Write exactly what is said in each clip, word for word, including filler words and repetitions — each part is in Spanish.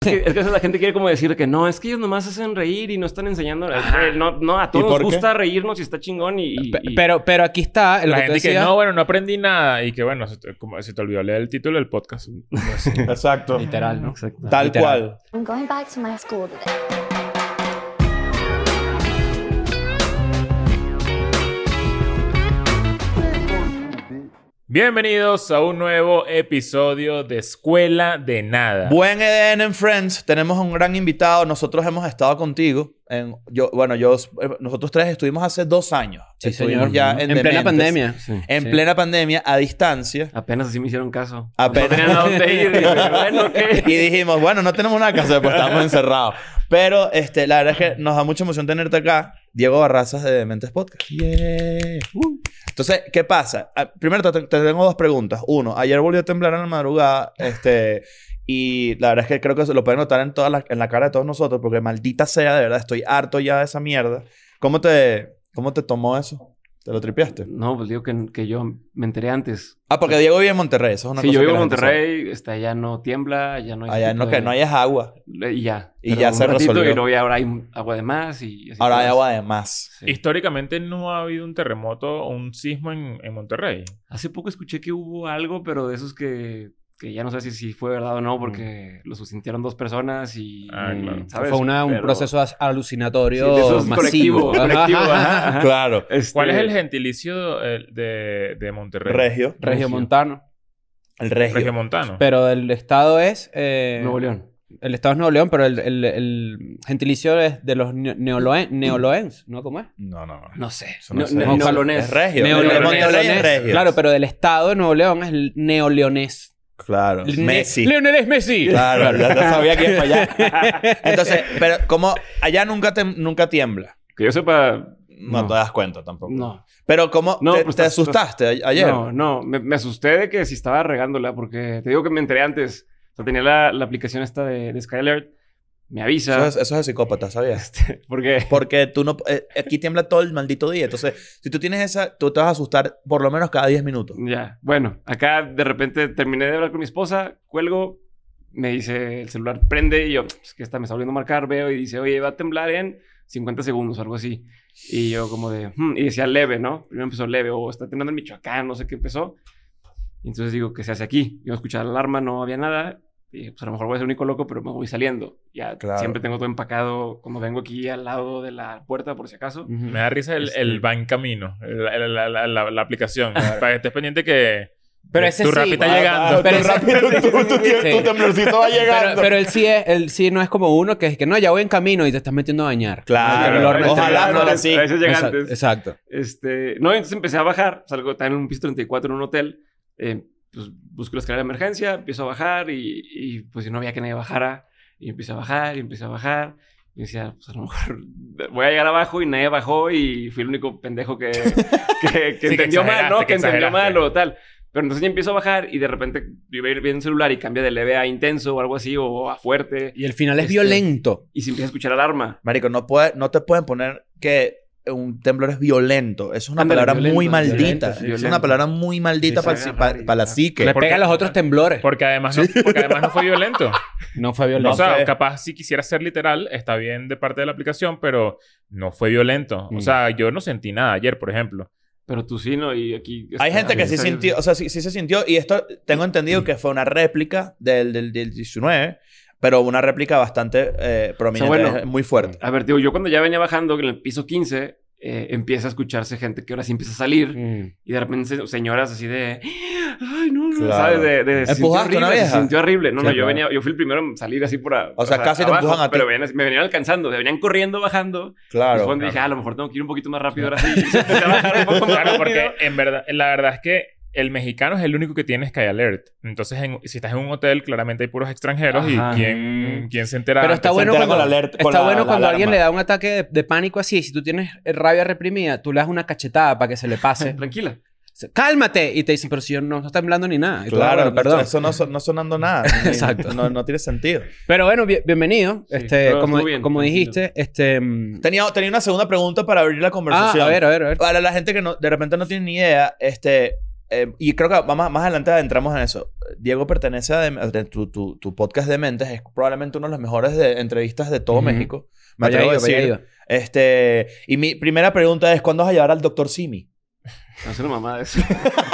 Es que, es que la gente quiere como decir que no, es que ellos nomás hacen reír y no están enseñando. No, no, a todos nos gusta reírnos y está chingón y... y, y... Pero, pero aquí está... La gente que no, bueno, no aprendí nada. Y que bueno, se te, como, se te olvidó leer el título del podcast. Exacto. Literal, ¿no? Exacto. Tal Literal. cual. I'm going back to my school today. Bienvenidos a un nuevo episodio de Escuela de Nada. Buen Eden en Friends. Tenemos un gran invitado. Nosotros hemos estado contigo. En, yo, bueno, yo, nosotros tres estuvimos hace dos años. Sí, estuvimos señor. ya en, en, en plena Dementes, pandemia. Sí. En Sí. plena pandemia, a distancia. Apenas así me hicieron caso. Apenas. No tenían a dónde ir. Y dije, bueno, ¿qué? Y dijimos, bueno, no tenemos nada que hacer, pues estamos encerrados. Pero este, la verdad es que nos da mucha emoción tenerte acá. Diego Barrazas de Dementes Podcast. Yeah. Uh. Entonces, ¿qué pasa? Ah, primero te, te tengo dos preguntas. Uno, ayer volvió a temblar en la madrugada. Este, y la verdad es que creo que se lo pueden notar en, toda la, en la cara de todos nosotros. Porque maldita sea, de verdad, estoy harto ya de esa mierda. ¿Cómo te, cómo te tomó eso? ¿Te lo tripiaste? No, pues digo que, que yo me enteré antes. Ah, porque Diego vive en Monterrey. Eso es una Sí, cosa yo vivo que en la gente Monterrey. Está, allá no tiembla, allá no hay... sabe. Allá no, tipo que de- no hay es agua. Y ya. Y Pero ya un se ratito resolvió. Y luego ya ahora hay agua de más y... así Ahora hay todo agua eso. de más. Sí. Históricamente no ha habido un terremoto o un sismo en, en Monterrey. Hace poco escuché que hubo algo, pero de esos que... que ya no sé si, si fue verdad o no, porque lo sintieron dos personas y... Ah, claro. ¿sabes? Fue una, un Pero- proceso as- alucinatorio Sí, de esos masivo. colectivo, colectivo, ajá, ajá. Claro. Este, ¿Cuál es el gentilicio eh, de, de Monterrey? Regio. Regiomontano. El regio. Regiomontano. Pero el estado es... eh, Nuevo León. El estado es Nuevo León, pero el, el, el gentilicio es de los neo- neoloen- neoloens, ¿no? ¿Cómo es? No, no, no. No sé. Eso no No, sé. ne- No, neolonés. Es regio. Neoleo- El de Monterrey es neolonés. regio. Claro, pero del estado de Nuevo León es el neoleonés. Claro. El ne- Messi. Leonel Messi. Claro, ya, ya sabía que iba para allá. Entonces, pero como allá nunca, te, nunca tiembla. Que yo sepa... No, te das cuenta tampoco. No. Pero ¿cómo No, te, pues te estás- asustaste a- ayer? No, no. Me, me asusté de que si estaba regándola porque... Te digo que me enteré antes. O sea, tenía la, la aplicación esta de, de Sky Alert. Me avisa. Eso es, eso es de psicópata, ¿sabías? Este, porque... Porque tú no... eh, aquí tiembla todo el maldito día. Entonces, si tú tienes esa... Tú te vas a asustar por lo menos cada diez minutos. Ya. Bueno, acá de repente terminé de hablar con mi esposa. Cuelgo. Me dice... El celular prende. Y yo... Es que está me está volviendo a marcar. Veo y dice... Oye, va a temblar en cincuenta segundos o algo así. Y yo como de... "Hmm", y decía leve, ¿no? Primero empezó leve. O está temblando en Michoacán. No sé qué empezó. Y entonces digo... ¿Qué se hace aquí? Yo escuchaba la alarma. No había nada. Y pues a lo mejor voy a ser el único loco, pero me voy saliendo. Ya Claro. siempre tengo todo empacado cuando vengo aquí al lado de la puerta, por si acaso. Me da risa el, Este- el va en camino. La, la, la, la, la aplicación. Para que estés pendiente que... Pero que ese tu sí. Rappi está Ah, llegando. Ah, Pero tú ese- rápido, tú- tú- tú- Sí. tu temblorcito va llegando. Pero, pero él sí es, él sí no es como uno que es que no, ya voy en camino y te estás metiendo a bañar. Claro. El horno Ojalá está- fuera no, así. A veces llega Exacto, antes. exacto. Este, no, entonces empecé a bajar. Salgo también en un piso treinta y cuatro en un hotel. Eh, pues busco la escalera de emergencia, empiezo a bajar y, y pues yo no veía que nadie bajara. Y empecé a bajar y empecé a bajar. Y decía, pues a lo mejor voy a llegar abajo y nadie bajó y fui el único pendejo que, que, que que entendió mal, ¿no? exageraste, Que, que entendió exageraste. mal o tal. Pero entonces ya empiezo a bajar y de repente yo iba a ir viendo el celular y cambia de leve a intenso o algo así o a fuerte. Y el final es Este- violento. Y se empieza a escuchar alarma. Marico, no, puede, no te pueden poner que un temblor es violento. Eso es una Ándale, palabra violento, muy violento, maldita. sí, es violento. una palabra muy maldita Sí, para, se el- para, agarra y- para la psique. Le Porque- pega a los otros temblores. Porque además, no, porque además no fue violento. No fue O violento. sea, fue- capaz si quisiera ser literal, está bien de parte de la aplicación, pero no fue violento. Mm. O sea, yo no sentí nada ayer, por ejemplo. Pero tú sí, ¿no? Y aquí... Hay gente que sí está- sintió, o sea, sí, sí se sintió, y esto tengo entendido que fue una réplica del, del, del diecinueve, pero una réplica bastante eh, prominente, O sea, bueno. es muy fuerte. A ver, digo, yo cuando ya venía bajando en el piso quince, eh, empieza a escucharse gente que ahora sí empieza a salir. Mm. Y de repente se- señoras así de... Ay, no, no. Claro. ¿Sabes? De, de, se sintió ¿Empujaste una horrible, vieja? Se sintió horrible. No, Sí, no, yo claro. venía... Yo fui el primero en salir así por... a- O sea, casi te empujan a ti. Pero venían- me venían alcanzando. Se venían corriendo, bajando. Y Claro. fue donde dije, ah, a lo mejor tengo que ir un poquito más rápido ahora sí. Y empecé a bajar un poco más Claro, porque rápido. en verdad, la verdad es que el mexicano es el único que tiene Sky Alert. Entonces, en- si estás en un hotel, claramente hay puros extranjeros. Ajá. ¿Y quién, quién se entera? Pero está antes? bueno entera cuando, con la alerta- con está la- bueno la cuando alguien alarma. le da un ataque de, de pánico así. Y si tú tienes rabia reprimida, tú le das una cachetada para que se le pase. Tranquila. ¡Cálmate! Y te dicen, pero si yo no, no está temblando ni nada. Y tú, Claro, "Ah, bueno, perdón. eso no, son- no sonando nada. Exacto. No, no tiene sentido. Pero bueno, bi- bienvenido. Sí, este, pero como estuvo bien, como tranquilo. dijiste, este... mm, Tenía, tenía una segunda pregunta para abrir la Ah, conversación. a ver, a ver, a ver. Para la gente que no, de repente no tiene ni idea, este, eh, y creo que más, más adelante entramos en eso. Diego pertenece a... De, de- tu, tu, tu podcast de Mentes es probablemente uno de los mejores de, entrevistas de todo Ujú. México. Me Vaya atrevo a ido, vaya decir. ido. Este, y mi primera pregunta es, ¿cuándo vas a llevar al doctor Simi? No es una mamada eso.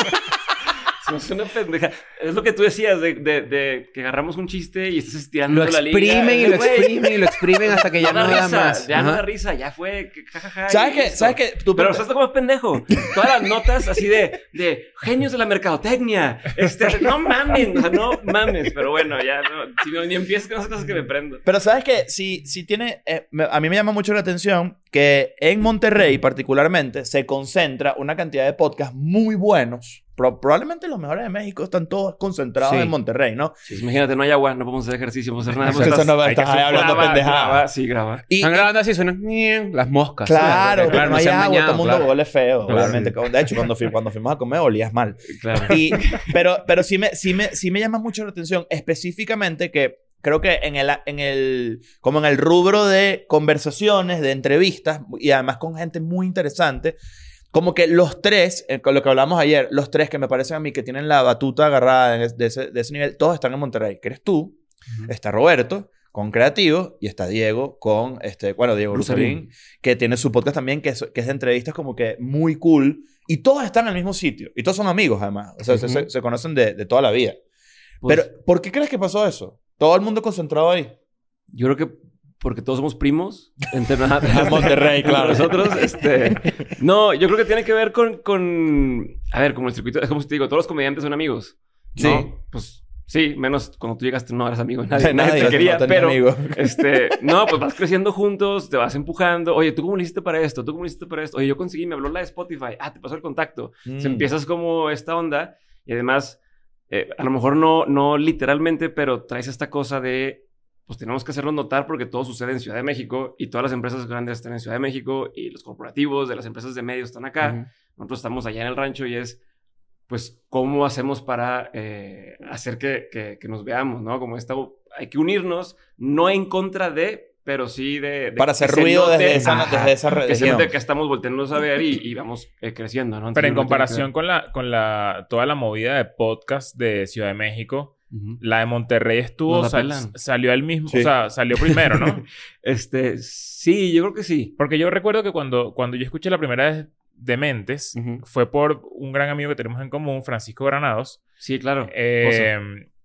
No es una pendeja. Es lo que tú decías de, de, de que agarramos un chiste y estás estirando Lo la liga. exprimen y lo Güey, exprimen y lo exprimen hasta que ya no da risa, más. Ya no Ajá. da risa, ya fue. que jajaja, ¿Sabes y qué? listo. ¿Sabes qué? Tú Pero per- estás como es pendejo. Todas las notas así de, de genios de la mercadotecnia. Este, no mames, o sea, no mames. Pero bueno, ya no. Si no, ni empiezas con esas cosas que me prendo. Pero ¿sabes qué? Si, si tiene... eh, me- a mí me llama mucho la atención que en Monterrey particularmente se concentra una cantidad de podcasts muy buenos. Pro- probablemente los mejores de México están todos concentrados Sí. en Monterrey, ¿no? Sí, imagínate, no hay agua, no podemos hacer ejercicio, no podemos hacer nada. Eso Estás- no va- hay que estás ahí hacer- hablando graba, pendejada. graba, sí, graba. Y, Están grabando así, suenan "ñen", las moscas. claro, Sí, pero no hay se han agua, bañado, todo el mundo claro. huele feo, Claro. obviamente. De hecho, cuando, fui- cuando fuimos a comer olías mal. Claro. Y, pero pero sí, me, sí, me, sí me llama mucho la atención específicamente que creo que en el, en el, como en el rubro de conversaciones, de entrevistas y además con gente muy interesante, como que los tres, eh, con lo que hablamos ayer, los tres que me parecen a mí que tienen la batuta agarrada en es- de, ese, de ese nivel, todos están en Monterrey. Que eres tú, está Roberto con Creativo y está Diego con, este, bueno, Diego Rusarín. Rusarín, que tiene su podcast también, que es, que es de entrevistas como que muy cool. Y todos están en el mismo sitio. Y todos son amigos, además. O sea, se- se, se conocen de, de toda la vida. Pues, Pero, ¿por qué crees que pasó eso? Todo el mundo concentrado ahí. yo creo que porque todos somos primos. Entre nada. En Monterrey, claro. Nosotros, este... No, yo creo que tiene que ver con... con a ver, como el circuito... Es como si te digo, todos los comediantes son amigos. ¿no? Sí. Pues sí, menos cuando tú llegaste no eras amigo de nadie. De nadie, nadie, te quería, no tenía pero... amigos. Este... No, pues vas creciendo juntos, te vas empujando. Oye, ¿tú cómo lo hiciste para esto? ¿Tú cómo lo hiciste para esto? Oye, yo conseguí, me habló la de Spotify. Ah, te pasó el contacto. Mm. Se empiezas como esta onda y además, eh, a lo mejor no, no literalmente, pero traes esta cosa de, pues tenemos que hacerlo notar porque todo sucede en Ciudad de México y todas las empresas grandes están en Ciudad de México y los corporativos de las empresas de medios están acá. Ujú. Nosotros estamos allá en el rancho y es, pues, ¿cómo hacemos para eh, hacer que, que, que nos veamos, ¿no? Como esta, hay que unirnos, no en contra de, pero sí de... de Para que hacer se ruido note- desde esa, Ajá. desde esa que se región. note que estamos volteándonos a ver y, y vamos eh, creciendo, ¿no? Entonces, Pero en yo creo que tiene que comparación con la, con la, toda la movida de podcast de Ciudad de México, ver. Ujú. la de Monterrey estuvo, Nos la sal- pelan. salió al mismo, Sí. o sea, salió primero, ¿no? Este, sí, yo creo que sí. Porque yo recuerdo que cuando, cuando yo escuché la primera vez Dementes, Ujú. fue por un gran amigo que tenemos en común, Francisco Granados. Sí, claro. Eh,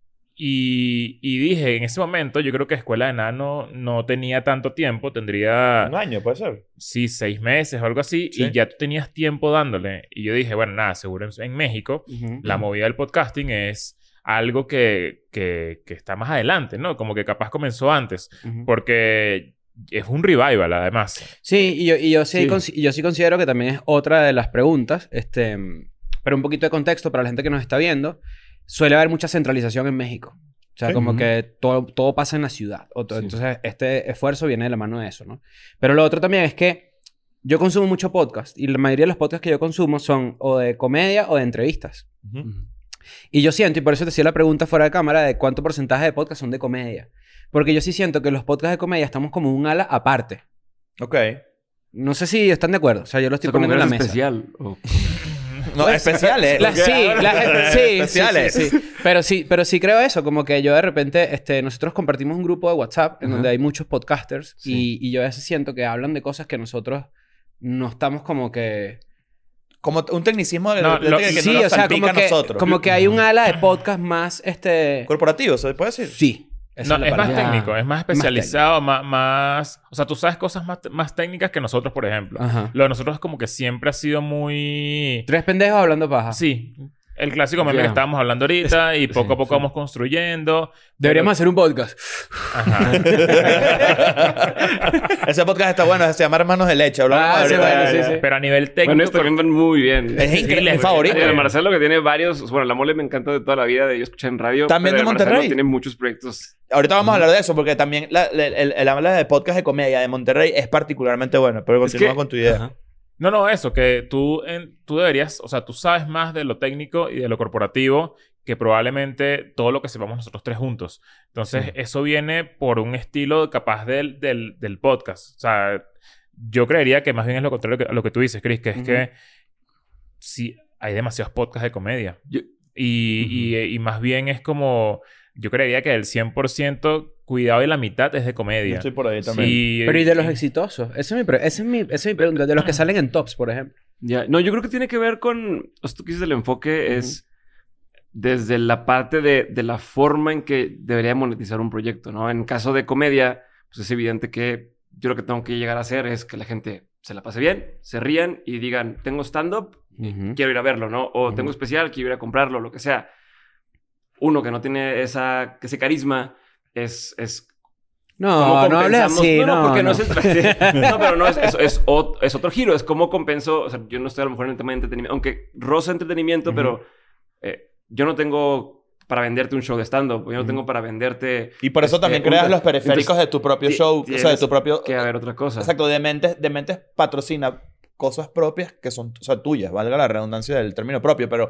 y, y dije, en ese momento, yo creo que Escuela de Nada no, no tenía tanto tiempo, tendría, Un año, puede ser. sí, seis meses o algo así, Sí. y ya tú tenías tiempo dándole. Y yo dije, bueno, nada, seguro en, en México, Ujú. la movida del podcasting es algo que, que, que está más adelante, ¿no? Como que capaz comenzó antes, Ujú. porque es un revival, además. Sí, y yo, y yo, sí, Sí. consi- yo sí considero que también es otra de las preguntas, este, pero un poquito de contexto para la gente que nos está viendo, suele haber mucha centralización en México. O sea, Sí. como Ujú. que todo, todo pasa en la ciudad. O to- Sí. Entonces, este esfuerzo viene de la mano de eso, ¿no? Pero lo otro también es que yo consumo mucho podcast y la mayoría de los podcasts que yo consumo son o de comedia o de entrevistas. Ujú. Y yo siento, y por eso te hacía la pregunta fuera de cámara, de cuánto porcentaje de podcast son de comedia. Porque yo sí siento que los podcasts de comedia estamos como un ala aparte. Ok. No sé si están de acuerdo. O sea, yo lo O estoy sea, como poniendo en que la eres mesa. especial. o- No, especiales. La- sí, la- sí, sí, Especiales. sí, sí. Pero sí, pero sí creo eso, como que yo de repente, este, nosotros compartimos un grupo de WhatsApp en Ajá. donde hay muchos podcasters Sí. y, y yo a veces siento que hablan de cosas que nosotros no estamos como que... Como un tecnicismo de, No, de- lo- de que sí, no nos o sea, salpica como a que, nosotros. como que hay un ala de podcast más, este... Corporativo, ¿se puede decir? Sí. esa No, la es más palabra. técnico, es más especializado, más, más... O sea, tú sabes cosas más, más técnicas que nosotros, por ejemplo. Ajá. Lo de nosotros es como que siempre ha sido muy... Tres pendejos hablando paja. Sí. El clásico meme Ya. que estábamos hablando ahorita y poco a sí, poco sí. vamos construyendo. Deberíamos hacer un podcast. Ajá. Ese podcast está bueno, se llama Hermanos de Leche. Hablamos Ah, sí, ahorita. bueno, sí, Ya, ya. sí. Pero a nivel técnico... Bueno, estos también van muy bien. Es increíble, les- mi favorito. Y el Marcelo que tiene varios... Bueno, la mole me encanta de toda la vida. De yo escuché en radio. ¿También pero de el Marcelo Monterrey? tiene muchos proyectos. Ahorita vamos a hablar de eso porque también la, la- el, el habla de podcast de comedia de Monterrey es particularmente bueno. Pero Es continúa que- con tu idea. Ajá. No, no, eso, que tú, en- tú deberías, o sea, tú sabes más de lo técnico y de lo corporativo que probablemente todo lo que sepamos nosotros tres juntos. Entonces, Sí. eso viene por un estilo capaz del, del, del podcast. O sea, yo creería que más bien es lo contrario que- a lo que tú dices, Chris, que es Ujú. que si hay demasiados podcasts de comedia. Yo- Y, y, y más bien es como... Yo creería que el cien por ciento cuidado y la mitad es de Yo comedia. estoy por ahí también. Sí, Pero ¿y de los exitosos? Esa es mi, pre- esa es mi, esa es mi pregunta. De los que salen en tops, por ejemplo. Ya, no, yo creo que tiene que ver con... Esto que dices del enfoque es desde la parte de, de la forma en que debería monetizar un proyecto, ¿no? En caso de comedia, pues es evidente que yo lo que tengo que llegar a hacer es que la gente se la pase bien, se rían y digan, tengo stand-up, Ujú. quiero ir a verlo, ¿no? O Ujú. tengo especial, quiero ir a comprarlo, lo que sea. Uno que no tiene esa, ese carisma es... es No, ¿cómo no hables compensamos? así. No, no, No, porque no, no. es el- no, pero no, es, es, es, ot- es otro giro. Es cómo compenso... O sea, yo no estoy a lo mejor en el tema de entretenimiento, aunque roza entretenimiento, Ujú. pero eh, yo no tengo para venderte un show de stand-up. Yo no tengo para venderte... Y por eso este, también un- creas los periféricos entonces, de tu propio ti- show. O sea, de tienes tu propio... que haber otra cosa. Exacto. Dementes, Dementes patrocina cosas propias que son, o sea, tuyas. Valga la redundancia del término propio. Pero,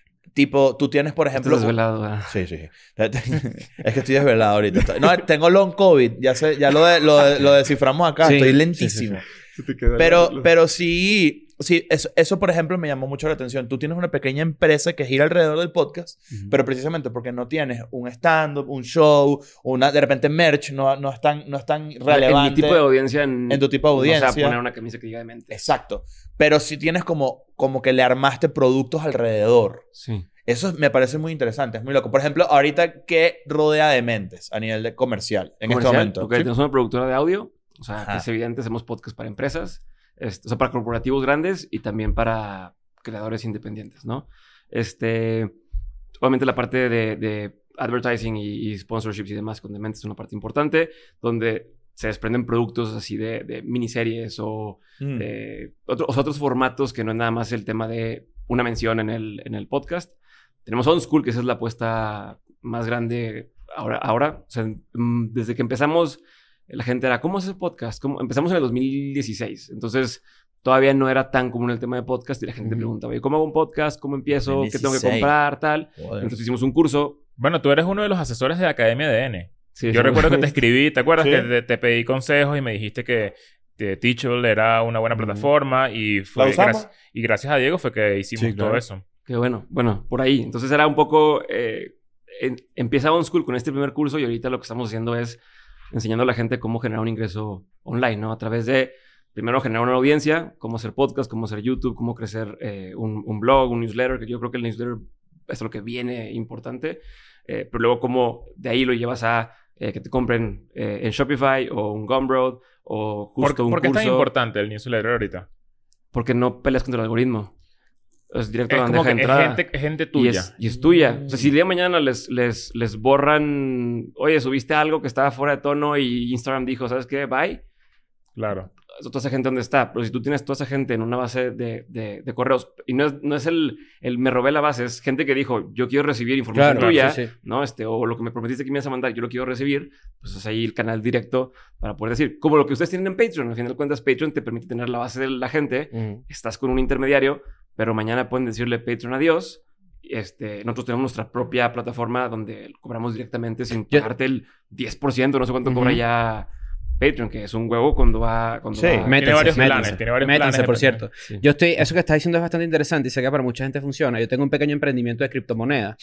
tipo, tú tienes, por Estás ejemplo... desvelado, ¿verdad? Sí, sí. Es que estoy desvelado ahorita. Estoy- No, tengo long COVID. Ya sé, ya lo, de- lo, de- lo desciframos acá. Sí, Estoy sí, lentísimo. Se te queda Pero, la- pero sí... Sí, eso, eso, por ejemplo, me llamó mucho la atención. Tú tienes una pequeña empresa que gira alrededor del podcast, Ujú. pero precisamente porque no tienes un stand-up, un show, una, de repente merch, no, no, es tan, no es tan relevante. En mi tipo de audiencia... En, en tu tipo de O audiencia. sea, poner una camisa que diga de mente. Exacto. Pero sí tienes como, como que le armaste productos alrededor. Sí. Eso me parece muy interesante, es muy loco. Por ejemplo, ahorita, ¿qué rodea de Mentes a nivel de comercial en este Comercial, momento? ok, ¿Sí? tenemos una productora de audio. O sea, Ajá. es evidente, hacemos podcast para empresas. Este, o sea, para corporativos grandes y también para creadores independientes, ¿no? Este... Obviamente la parte de, de advertising y, y sponsorships y demás con Dementes es una parte importante. Donde se desprenden productos así de, de miniseries o Mm. de otro- o sea, otros formatos que no es nada más el tema de una mención en el, en el podcast. Tenemos On School, que esa es la apuesta más grande ahora. ahora. O sea, mm, desde que empezamos, la gente era, ¿cómo hacer podcast? ¿Cómo? Empezamos en el dos mil dieciséis. Entonces, todavía no era tan común el tema de podcast y la gente Ujú. preguntaba, "Oye, ¿cómo hago un podcast? ¿Cómo empiezo? ¿Qué tengo que dieciséis. comprar? Tal. Joder. Entonces hicimos un curso. Bueno, tú eres uno de los asesores de Academia de N. Sí, Yo sí. recuerdo que te escribí, ¿te acuerdas? Sí. Que te, te pedí consejos y me dijiste que que Teachable era una buena Ujú. plataforma y fue ¿La usamos? gracias- y gracias a Diego fue que hicimos Sí, claro. todo eso. Qué bueno. Bueno, por ahí. Entonces era un poco... Eh, en- empieza On School con este primer curso y ahorita lo que estamos haciendo es enseñando a la gente cómo generar un ingreso online, ¿no? A través de, primero, generar una audiencia, cómo hacer podcast, cómo hacer YouTube, cómo crecer eh, un, un blog, un newsletter, que yo creo que el newsletter es lo que viene importante. Eh, pero luego cómo de ahí lo llevas a eh, que te compren eh, en Shopify o un Gumroad o ¿Por, justo un por qué es curso. tan importante el newsletter ahorita? Porque no peleas contra el algoritmo. Es directo a Es la como bandeja que de es entrada. gente, es gente Y tuya. es, y es tuya. O sea, si el día de mañana les, les, les borran... Oye, subiste algo que estaba fuera de tono y Instagram dijo, ¿sabes qué? Bye. Claro. Toda esa gente, ¿dónde está? Pero si tú tienes toda esa gente en una base de, de, de correos... Y no es, no es el, el me robé la base. Es gente que dijo, yo quiero recibir información Claro, tuya. sí, sí. ¿No? Este, o lo que me prometiste que me ibas a mandar, yo lo quiero recibir. Pues es ahí el canal directo para poder decir. Como lo que ustedes tienen en Patreon. Al final de cuentas, Patreon te permite tener la base de la gente. Ujú. Estás con un intermediario, pero mañana pueden decirle Patreon adiós. Este, nosotros tenemos nuestra propia plataforma donde cobramos directamente sin Yo- pagarte el diez por ciento, no sé cuánto Ujú. cobra ya Patreon, que es un huevo cuando va... Cuando Sí. va- Tiene Métanse, varios métanse. planes, tiene varios Métanse, planes. por cierto. Sí. Yo estoy... Eso que estás diciendo es bastante interesante y sé que para mucha gente funciona. Yo tengo un pequeño emprendimiento de criptomonedas.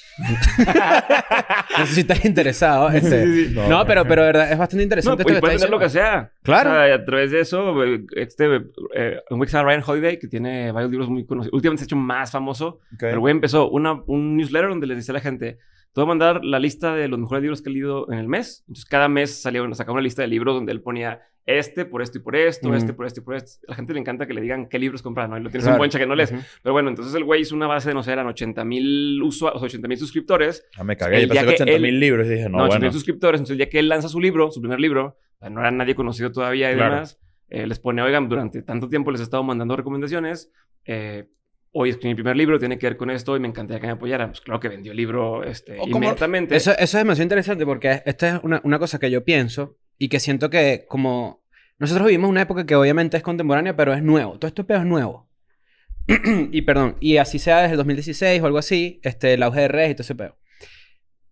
No sé si estás interesado. Este. Sí, sí, sí. No, pero, pero de verdad es bastante No, interesante pues, esto que puedes estás vender lo que diciendo. sea. Claro. O sea, a través de eso, eh, este, eh, un güey que se llama Ryan Holiday, que tiene varios libros muy conocidos. Últimamente se ha hecho más famoso. Ok. Pero el güey empezó una, un newsletter donde les decía a la gente, te voy a mandar la lista de los mejores libros que he leído en el mes. Entonces, cada mes salía, sacaba una lista de libros donde él ponía este por esto y por esto, Ujú. este por esto y por esto. A la gente le encanta que le digan qué libros comprar, ¿no? Y lo tienes Claro. un buen que no lees. Ujú. Pero bueno, entonces el güey hizo una base de, no sé, eran ochenta mil usuarios, ochenta mil suscriptores. Ah, me cagué. El Yo pensé día que que ochenta él- mil libros y dije, No, no, ochenta bueno. mil suscriptores. Entonces, el día que él lanza su libro, su primer libro, o sea, no era nadie conocido todavía y Claro. demás, eh, les pone, oigan, durante tanto tiempo les he estado mandando recomendaciones. Eh, hoy escribí mi primer libro, tiene que ver con esto y me encantaría que me apoyaran. Pues claro que vendió el libro este, O como- inmediatamente. Eso, eso es demasiado interesante porque esta es una, una cosa que yo pienso y que siento que como... Nosotros vivimos una época que obviamente es contemporánea, pero es nuevo. Todo esto pedo es nuevo. y perdón, y así sea desde el dos mil dieciséis o algo así, este, el auge de redes y todo ese pedo.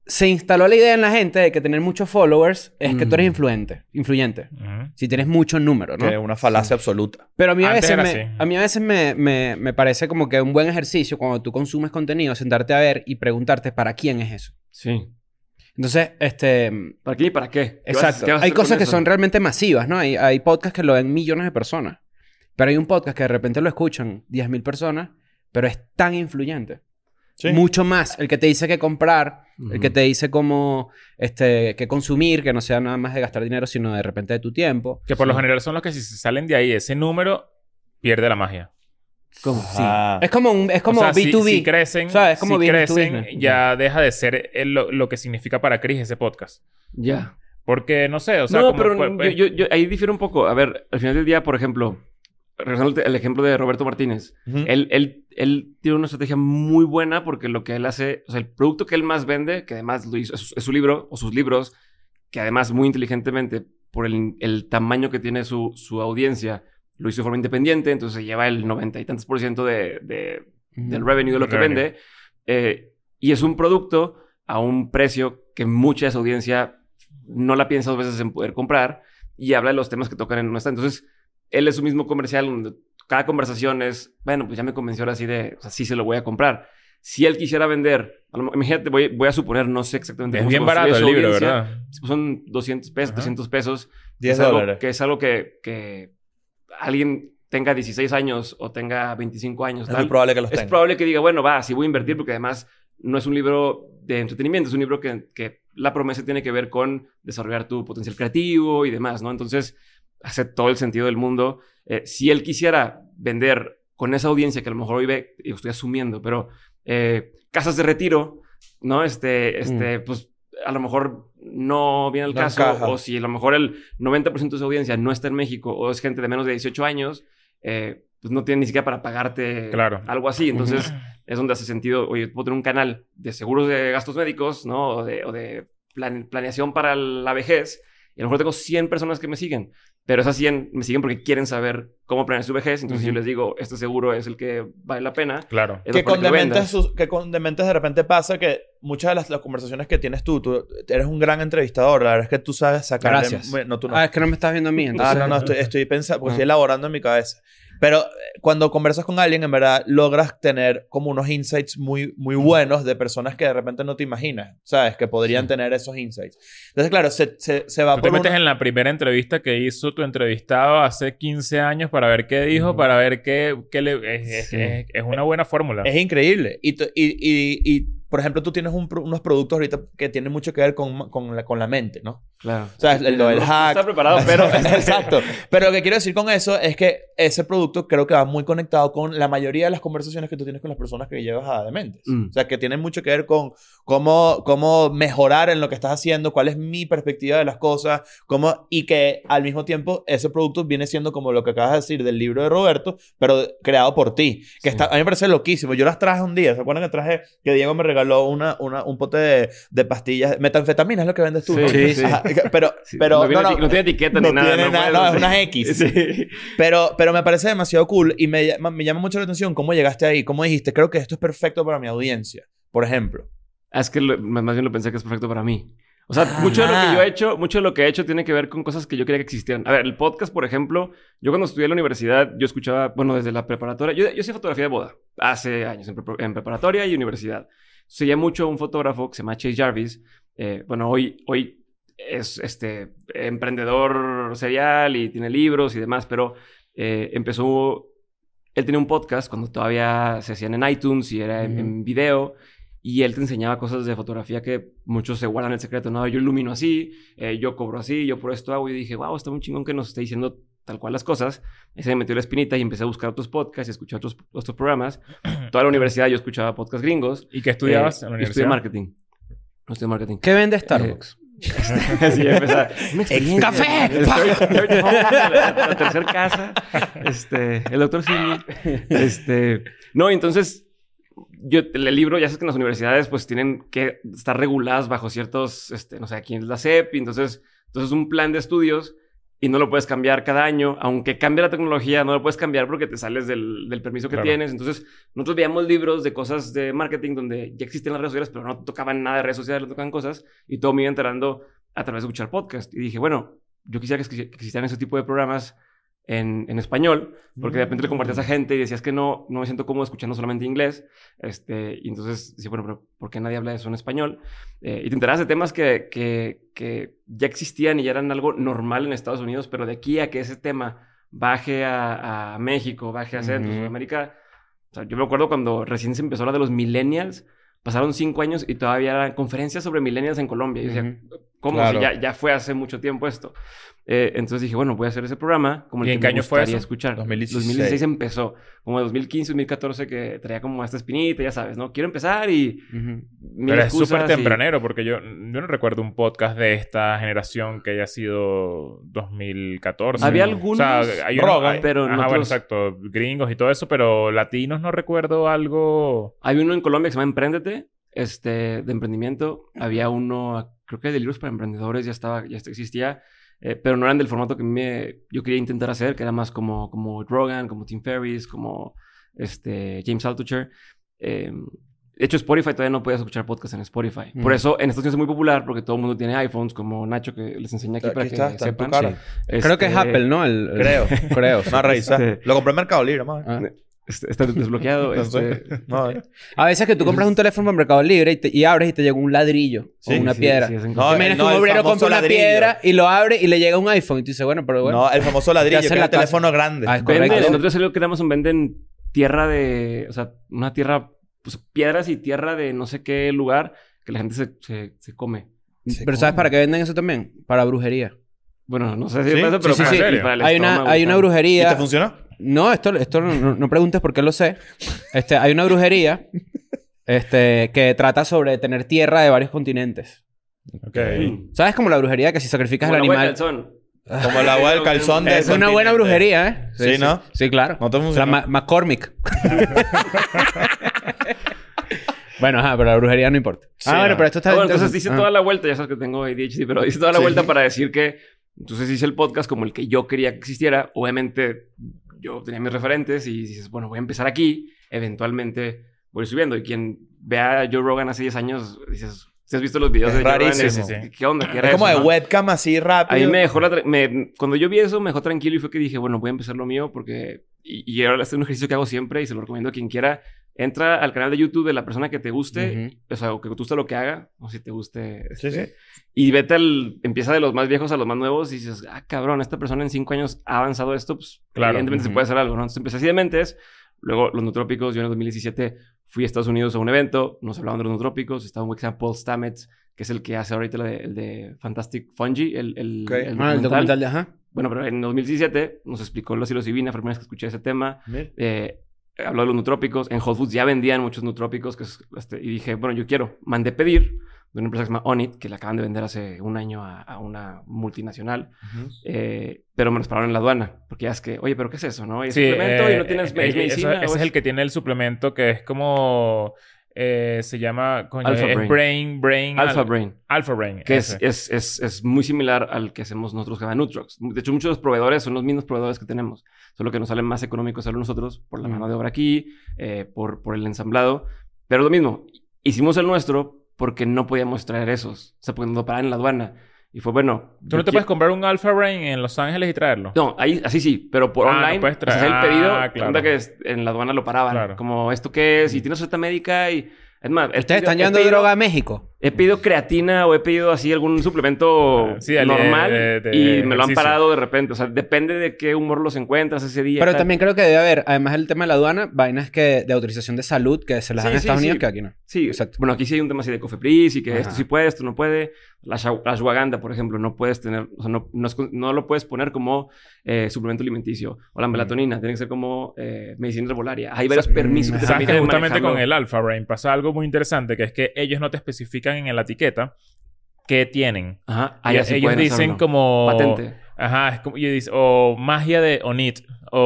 se instaló la idea en la gente de que tener muchos followers es que tú eres Mm. influente, influyente. Ujú. Si tienes muchos números, ¿no? Que es una falacia absoluta. Pero a mí a Antes veces, era me, así. a mí a veces me, me, me parece como que un buen ejercicio cuando tú consumes contenido, sentarte a ver y preguntarte para quién es eso. Sí. Entonces, este... ¿Para quién y para qué? ¿Qué vas- Exacto. qué vas a Hay hacer con cosas que eso? son realmente masivas, ¿no? Hay, hay podcasts que lo ven millones de personas. Pero hay un podcast que de repente lo escuchan diez mil personas, pero es tan influyente. Sí. Mucho más. El que te dice qué comprar, el Ujú. que te dice cómo, este, qué consumir, que no sea nada más de gastar dinero, sino de repente de tu tiempo. Que por lo Sí. general son los que si se salen de ahí, ese número pierde la magia. ¿Cómo? Ajá. Es como, un, es como o sea, B dos B. Si, si crecen, ¿Sabes? Es como si business to crecen business. ya deja de ser el- lo, lo que significa para Chris ese podcast. Ya. Porque, no sé, o sea... no, como, pero pues, yo, pues, yo, yo ahí difiero un poco. A ver, al final del día, por ejemplo, regresando al ejemplo de Roberto Martínez, Ujú. él, él, él tiene una estrategia muy buena porque lo que él hace, o sea, el producto que él más vende, que además lo hizo, es, es su libro o sus libros, que además muy inteligentemente, por el, el tamaño que tiene su, su audiencia, lo hizo de forma independiente, entonces se lleva el noventa y tantos por ciento de, de, del revenue de lo que Revenue. vende. Eh, y es un producto a un precio que mucha de esa audiencia no la piensa dos veces en poder comprar y habla de los temas que tocan en nuestra. Entonces, él es su mismo comercial donde cada conversación es, bueno, pues ya me convenció ahora sí de, o sea, sí se lo voy a comprar. Si él quisiera vender, a lo- imagínate, voy, voy a suponer, no sé exactamente es cómo se bien construye barato el su libro, audiencia. ¿verdad? Pues son doscientos pesos, Ajá. trescientos pesos. diez es algo, dólares. que es algo que, que alguien tenga dieciséis años o tenga veinticinco años. Es tal, muy probable que los es tenga. probable que diga, bueno, va, sí voy a invertir porque además no es un libro de entretenimiento, es un libro que, que la promesa tiene que ver con desarrollar tu potencial creativo y demás, ¿no? Entonces, hace todo el sentido del mundo. Eh, si él quisiera vender con esa audiencia que a lo mejor hoy ve, y estoy asumiendo, pero eh, casas de retiro, ¿no? Este, este, pues a lo mejor no viene al No caso, encaja. o si a lo mejor el noventa por ciento de su audiencia no está en México o es gente de menos de dieciocho años, eh, pues no tiene ni siquiera para pagarte Claro. algo así. Entonces, es donde hace sentido, oye, puedo tener un canal de seguros de gastos médicos, ¿no? O de, o de plan- planeación para la vejez. Y a lo mejor tengo cien personas que me siguen. Pero esas cien me siguen porque quieren saber cómo planear su vejez. Entonces, Ujú. yo les digo, este seguro es el que vale la pena. Claro. Es Que mejor con, lo dementes, vendas. sus- que con dementes de repente pasa que muchas de las, las conversaciones que tienes tú, tú eres un gran entrevistador. La verdad es que tú sabes sacar... Gracias. No, tú no. Ah, es que no me estás viendo a mí, Ah, entonces... no, no, estoy, estoy pensando, porque Ah. estoy elaborando en mi cabeza. Pero eh, cuando conversas con alguien, en verdad, logras tener como unos insights muy, muy buenos de personas que de repente no te imaginas, ¿sabes? Que podrían Sí. tener esos insights. Entonces, claro, se, se, se va Tú te por metes una- en la primera entrevista que hizo tu entrevistado hace quince años para ver qué dijo, Ujú. para ver qué, qué le... Es, es- Sí. es- es una buena fórmula. Es increíble. Y, t- y, y, y, por ejemplo, tú tienes un pro- unos productos ahorita que tienen mucho que ver con, con, la, con la mente, ¿no? Claro. O sea, el- lo del No hack. está preparado, pero... Exacto. Pero lo que quiero decir con eso es que ese producto creo que va muy conectado con la mayoría de las conversaciones que tú tienes con las personas que llevas a Dementes. Mm. O sea, que tienen mucho que ver con cómo, cómo mejorar en lo que estás haciendo, cuál es mi perspectiva de las cosas, cómo, y que al mismo tiempo ese producto viene siendo como lo que acabas de decir del libro de Roberto, pero creado por ti. Que Sí. está, a mí me parece loquísimo. Yo las traje un día. ¿Se acuerdan que traje que Diego me regaló una, una, un pote de, de pastillas? Metanfetamina es lo que vendes tú, Sí, ¿no? sí, sí. Ajá, pero, Sí, pero no, viene eti- no tiene etiqueta no ni nada. tiene nada, puedes- no, es una X. Sí. Pero, pero me parece demasiado cool y me, llama- me llama mucho la atención cómo llegaste ahí, cómo dijiste, creo que esto es perfecto para mi audiencia, por ejemplo. Ah, es que lo- más más bien lo pensé que es perfecto para mí. O sea, Ah. mucho de lo que yo he hecho, mucho de lo que he hecho tiene que ver con cosas que yo quería que existieran. A ver, el podcast, por ejemplo, yo cuando estudié en la universidad, yo escuchaba, bueno, desde la preparatoria, yo, yo hacía fotografía de boda hace años en, pre- en preparatoria y universidad. Seguía mucho un fotógrafo que se llama Chase Jarvis. Eh, bueno, hoy, hoy es este emprendedor serial y tiene libros y demás, pero eh, empezó... Él tenía un podcast cuando todavía se hacían en iTunes y era en, Ujú. en video. Y él te enseñaba cosas de fotografía que muchos se guardan el secreto. No, yo ilumino así, eh, yo cobro así, yo por esto hago. Y dije, wow, está muy chingón que nos esté diciendo tal cual las cosas. Y se me metió la espinita y empecé a buscar otros podcasts y escuchar otros, otros programas. Toda la universidad yo escuchaba podcasts gringos. ¿Y qué estudiabas Eh, en la yo estudié universidad? marketing. No estudié marketing. ¿Qué vende Starbucks? Así empezaba. Una experiencia. ¡Café! El story- story home, la, la, la tercera casa. Este, el doctor Simi. Este, no, entonces, yo, el libro, ya sabes que en las universidades, pues tienen que estar reguladas bajo ciertos, este, no sé, aquí es la S E P, y entonces, entonces un plan de estudios y no lo puedes cambiar cada año. Aunque cambie la tecnología, no lo puedes cambiar porque te sales del, del permiso que Claro. tienes. Entonces, nosotros veíamos libros de cosas de marketing donde ya existían las redes sociales, pero no tocaban nada de redes sociales, no tocaban cosas. Y todo me iba enterando a través de escuchar podcast. Y dije, bueno, yo quisiera que, que existieran ese tipo de programas en, en español, porque de repente le compartías a gente y decías que no, no me siento cómodo escuchando solamente inglés. Este, y entonces decía, bueno, pero ¿por qué nadie habla de eso en español? Eh, y te enterabas de temas que, que, que ya existían y ya eran algo normal en Estados Unidos, pero de aquí a que ese tema baje a, a México, baje a Centro, Ujú. Sudamérica. O sea, yo me acuerdo cuando recién se empezó a hablar de los millennials, pasaron cinco años y todavía eran conferencias sobre millennials en Colombia. Y yo decía, ¿cómo? Claro. Si ya, ya fue hace mucho tiempo esto. Eh, entonces dije, bueno, voy a hacer ese programa como el ¿Y que en qué me año fue gustaría eso? escuchar. dos mil dieciséis. dos mil dieciséis empezó. Como de dos mil quince, dos mil catorce que traía como esta espinita, ya sabes, ¿no? Quiero empezar y... Ujú. mil Pero es excusas súper y- tempranero porque yo, yo no recuerdo un podcast de esta generación que haya sido dos mil catorce. Había O algunos sea, hay unos- Rogan, hay- pero Ajá, bueno, nosotros- exacto. Gringos y todo eso, pero latinos no recuerdo algo... Hay uno en Colombia que se llama Emprendete, este, de emprendimiento. Había uno, creo que de libros para emprendedores, ya estaba, ya existía. Eh, pero no eran del formato que me, yo quería intentar hacer, que era más como, como Rogan, como Tim Ferriss, como este, James Altucher. Eh, de hecho, Spotify todavía no podías escuchar podcast en Spotify. Mm. Por eso en Estados Unidos es muy popular, porque todo el mundo tiene iPhones, como Nacho, que les enseña aquí Aquí para está, que está en tu sepan. cara. Sí. Creo que es Este, Apple, ¿no? El, el- Creo. Creo. sí. No, revisar. Este- Lo compré en Mercado Libre, man. Ah. este, está desbloqueado. No sé. este, No, eh. A veces que tú compras un teléfono en Mercado Libre y, te- y abres y te llega un ladrillo Sí, o una sí, piedra. sí, es en- No, ¿Te imaginas el- que no, un el obrero famoso compra una ladrillo. piedra y lo abre y le llega un iPhone? Y tú dices, bueno, pero bueno. No, el famoso ladrillo, hace que es la el teléfono grande. Ah, es Venden, correcto. en otro salió que Amazon venden tierra de... O sea, una tierra... Pues piedras y tierra de no sé qué lugar que la gente se, se, se come. Sí, Pero ¿sabes ¿cómo? para qué venden eso también? Para brujería. Bueno, no sé si ¿Sí? es para eso, pero Sí, sí, para, sí. y ¿En serio? para el Hay una, estómago, hay una tal. ¿Y brujería... te funcionó? No, esto, esto no, no preguntes por qué lo sé. Este, hay una brujería este, que trata sobre tener tierra de varios continentes. Ok. Mm. ¿Sabes? Como la brujería que si sacrificas Como el la hueá de animal... calzón. Como el agua del calzón de... Es una buena brujería, ¿eh? Sí, ¿no? Sí, claro. ¿No te La funcionó? Ma- McCormick. Bueno, ajá, pero la brujería no importa. Sí, ah, bueno, no. pero esto está... Ah, bueno, entonces interesante. hice Ah. toda la vuelta. Ya sabes que tengo A D H D, pero hice toda la Sí. vuelta para decir que... Entonces hice el podcast como el que yo quería que existiera. Obviamente, yo tenía mis referentes y dices, bueno, voy a empezar aquí. Eventualmente voy subiendo. Y quien vea a Joe Rogan hace diez años, dices... Si has visto los videos Es de Joe Rogan, rarísimo. es- Sí, sí, sí. ¿qué onda? ¿Qué era Es como eso, de no? webcam así rápido. Ahí me dejó la... tra- me- cuando yo vi eso, me dejó tranquilo y fue que dije, bueno, voy a empezar lo mío porque... Y, y ahora este es un ejercicio que hago siempre y se lo recomiendo a quien quiera. Entra al canal de YouTube de la persona que te guste, Ujú. o sea, o que te guste lo que haga, o si te guste... Sí, este, sí. Y vete al... Empieza de los más viejos a los más nuevos y dices, ah, cabrón, esta persona en cinco años ha avanzado esto, pues Claro. evidentemente se Ujú. puede hacer algo, ¿no? Entonces empecé así de mentes. Luego los nootrópicos, yo en el dos mil diecisiete fui a Estados Unidos a un evento, nos hablaban de los nootrópicos, estaba un güey que se llama Paul Stamets, que es el que hace ahorita la de- el de Fantastic Fungi, el, el, Ok. el Ah, el documental. documental de... Ajá. Bueno, pero en dos mil diecisiete nos explicó la psilocibina, fue la primera vez que escuché ese tema. Mira. Eh, habló de los nutrópicos. En Whole Foods ya vendían muchos nutrópicos. Que es, este, y dije, bueno, yo quiero. Mandé pedir de una empresa que se llama Onit, que la acaban de vender hace un año a, a una multinacional. Ujú. Eh, pero me los pararon en la aduana. Porque ya es que, oye, ¿pero qué es eso? ¿No? Y es Sí, suplemento eh, y no tienes eh, es eh, medicina. eso- o ese es el que tiene el suplemento que es como... eh, se llama... Coño, Alpha es Brain. Brain... Brain Alpha al- Brain. Alpha Brain. Que es, ese. es, es, es muy similar al que hacemos nosotros que llama Nutrox. De hecho, muchos de los proveedores son los mismos proveedores que tenemos. Solo que nos sale más económico hacerlo nosotros por la Mm. mano de obra aquí, eh, por, por el ensamblado. Pero lo mismo, hicimos el nuestro porque no podíamos traer esos. O sea, porque nos lo paraban en la aduana. Y fue bueno. ¿Tú no yo te qui- puedes comprar un Alpha Brain en Los Ángeles y traerlo? No, ahí, así sí, pero por Ah, no online. puedes o sea, traer- hacer el pedido. Ah, claro. Cuenta que es- en la aduana lo paraban. Claro. Como, ¿esto qué es? Y tienes receta médica y... Es más, he ¿Ustedes pedido- están he llevando pedido- droga a México? He pedido creatina o he pedido así algún suplemento Ah, sí, de- normal de- de y me lo han ejercicio. parado de repente. O sea, depende de qué humor los encuentras ese día. Pero tal. también creo que debe haber, además del tema de la aduana, vainas que de autorización de salud que se las Sí, dan en sí, Estados sí. Unidos que aquí no. Sí, Exacto. Bueno, aquí sí hay un tema así de Cofepris y que Ajá. esto sí puede, esto no puede. La, ashwa- la ashwagandha, por ejemplo, no puedes tener... O sea, no, no, es con- no lo puedes poner como eh, suplemento alimenticio. O la melatonina. Tiene que ser como eh, medicina herbolaria. Hay varios Mm, permisos que te ¿Sabes que permiten justamente manejarlo. con el Alpha Brain pasa algo muy interesante? Que es que ellos no te especifican en la etiqueta qué tienen. Ajá. Y Ahí sí ellos pueden dicen hacerlo. como... Patente. Ajá, es como... ellos dicen, o magia de Onit.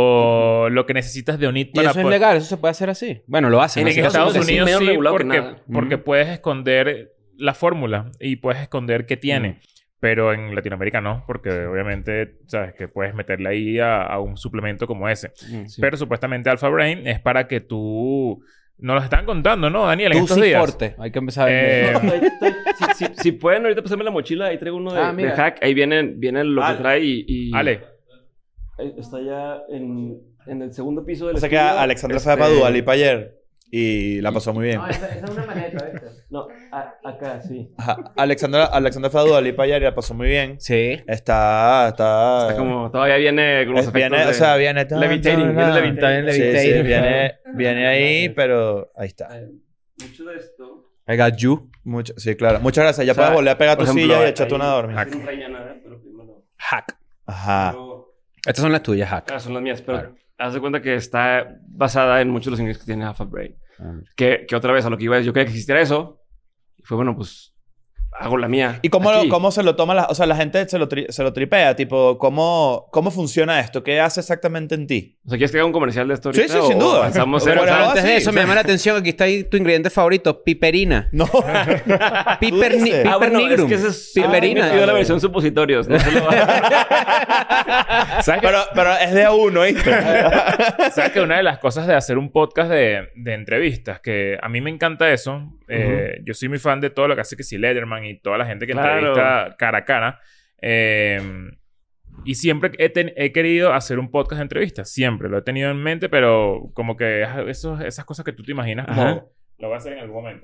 O lo que necesitas de Onit ¿Y para... eso es poder- legal? ¿Eso se puede hacer así? Bueno, lo hacen. En En así. Estados Estados Unidos Unidos es sí, menos regulado que porque, nada. porque Ujú. puedes esconder la fórmula y puedes esconder qué tiene. Pero en Latinoamérica no, porque obviamente, sabes, que puedes meterle ahí a, a un suplemento como ese. Mm. Sí. Pero supuestamente Alpha Brain es para que tú... Nos lo están contando, ¿no, Daniel? En Tú estos sí días. Forte. Hay que empezar a Eh, vender. No, ahí- ahí- si, si- si pueden ahorita pasarme la mochila, ahí traigo uno de, Ah, mira. de hack. Ahí viene, viene lo que Ale. trae y... y- Ale. Ahí está ya en, en el segundo piso del O sea que estudio. Alexandra Este, fue a Dua Lipa ayer y la pasó muy bien. esa, esa es una maleta, ¿viste? No, a- acá, sí. Ajá. Alexandra, Alexandra fue a Dua Lipa ayer y la pasó muy bien. Sí. Está, está... Está como... Todavía viene con los es- efectos viene, de... o sea, viene... Levitating, viene levitating. Está bien Sí, sí, levitating. viene, viene ahí, pero ahí está. Eh, Mucho de esto... I got you. Mucho, sí, claro. Muchas gracias. Ya O sea, puedes volver a pegar tu por ejemplo, silla y ahí- echarte una a dormir. ahí no traía nada, pero primero... Hack. Ajá. Pero- Estas son las tuyas, Hack. Ah, son las mías, pero Claro. haz de cuenta que está basada en muchos de los ingredientes que tiene Alpha Brain. Ah, Que, que otra vez a lo que iba es, yo quería que existiera eso. Y fue, bueno, pues hago la mía. ¿Y cómo, aquí. lo- cómo se lo toma la... O sea, la gente se lo, tri- se lo tripea. Tipo, ¿cómo, ¿cómo funciona esto? ¿Qué hace exactamente en ti? O sea, ¿quieres que haga un comercial de esto Sí, ahorita? sí, sin o duda. avanzamos Pero en- Pero no, antes así, de eso, o me sea- llama la atención. Aquí está ahí tu ingrediente favorito. Piperina. No. Piper, dices. ni- Ah, piper bueno, nigrum. es que ese es... Piperina. Me pidió la versión supositorios. No se lo va- ¿Sabes que, pero, pero es de a uno, ¿viste? ¿sabes que una de las cosas de hacer un podcast de, de entrevistas, que a mí me encanta eso, eh, yo soy muy fan de todo lo que hace que si Letterman y toda la gente que Claro. entrevista cara a cara, eh, y siempre he, ten- he querido hacer un podcast de entrevistas, siempre lo he tenido en mente, pero como que esos, esas cosas que tú te imaginas, como Ajá. lo voy a hacer en algún momento.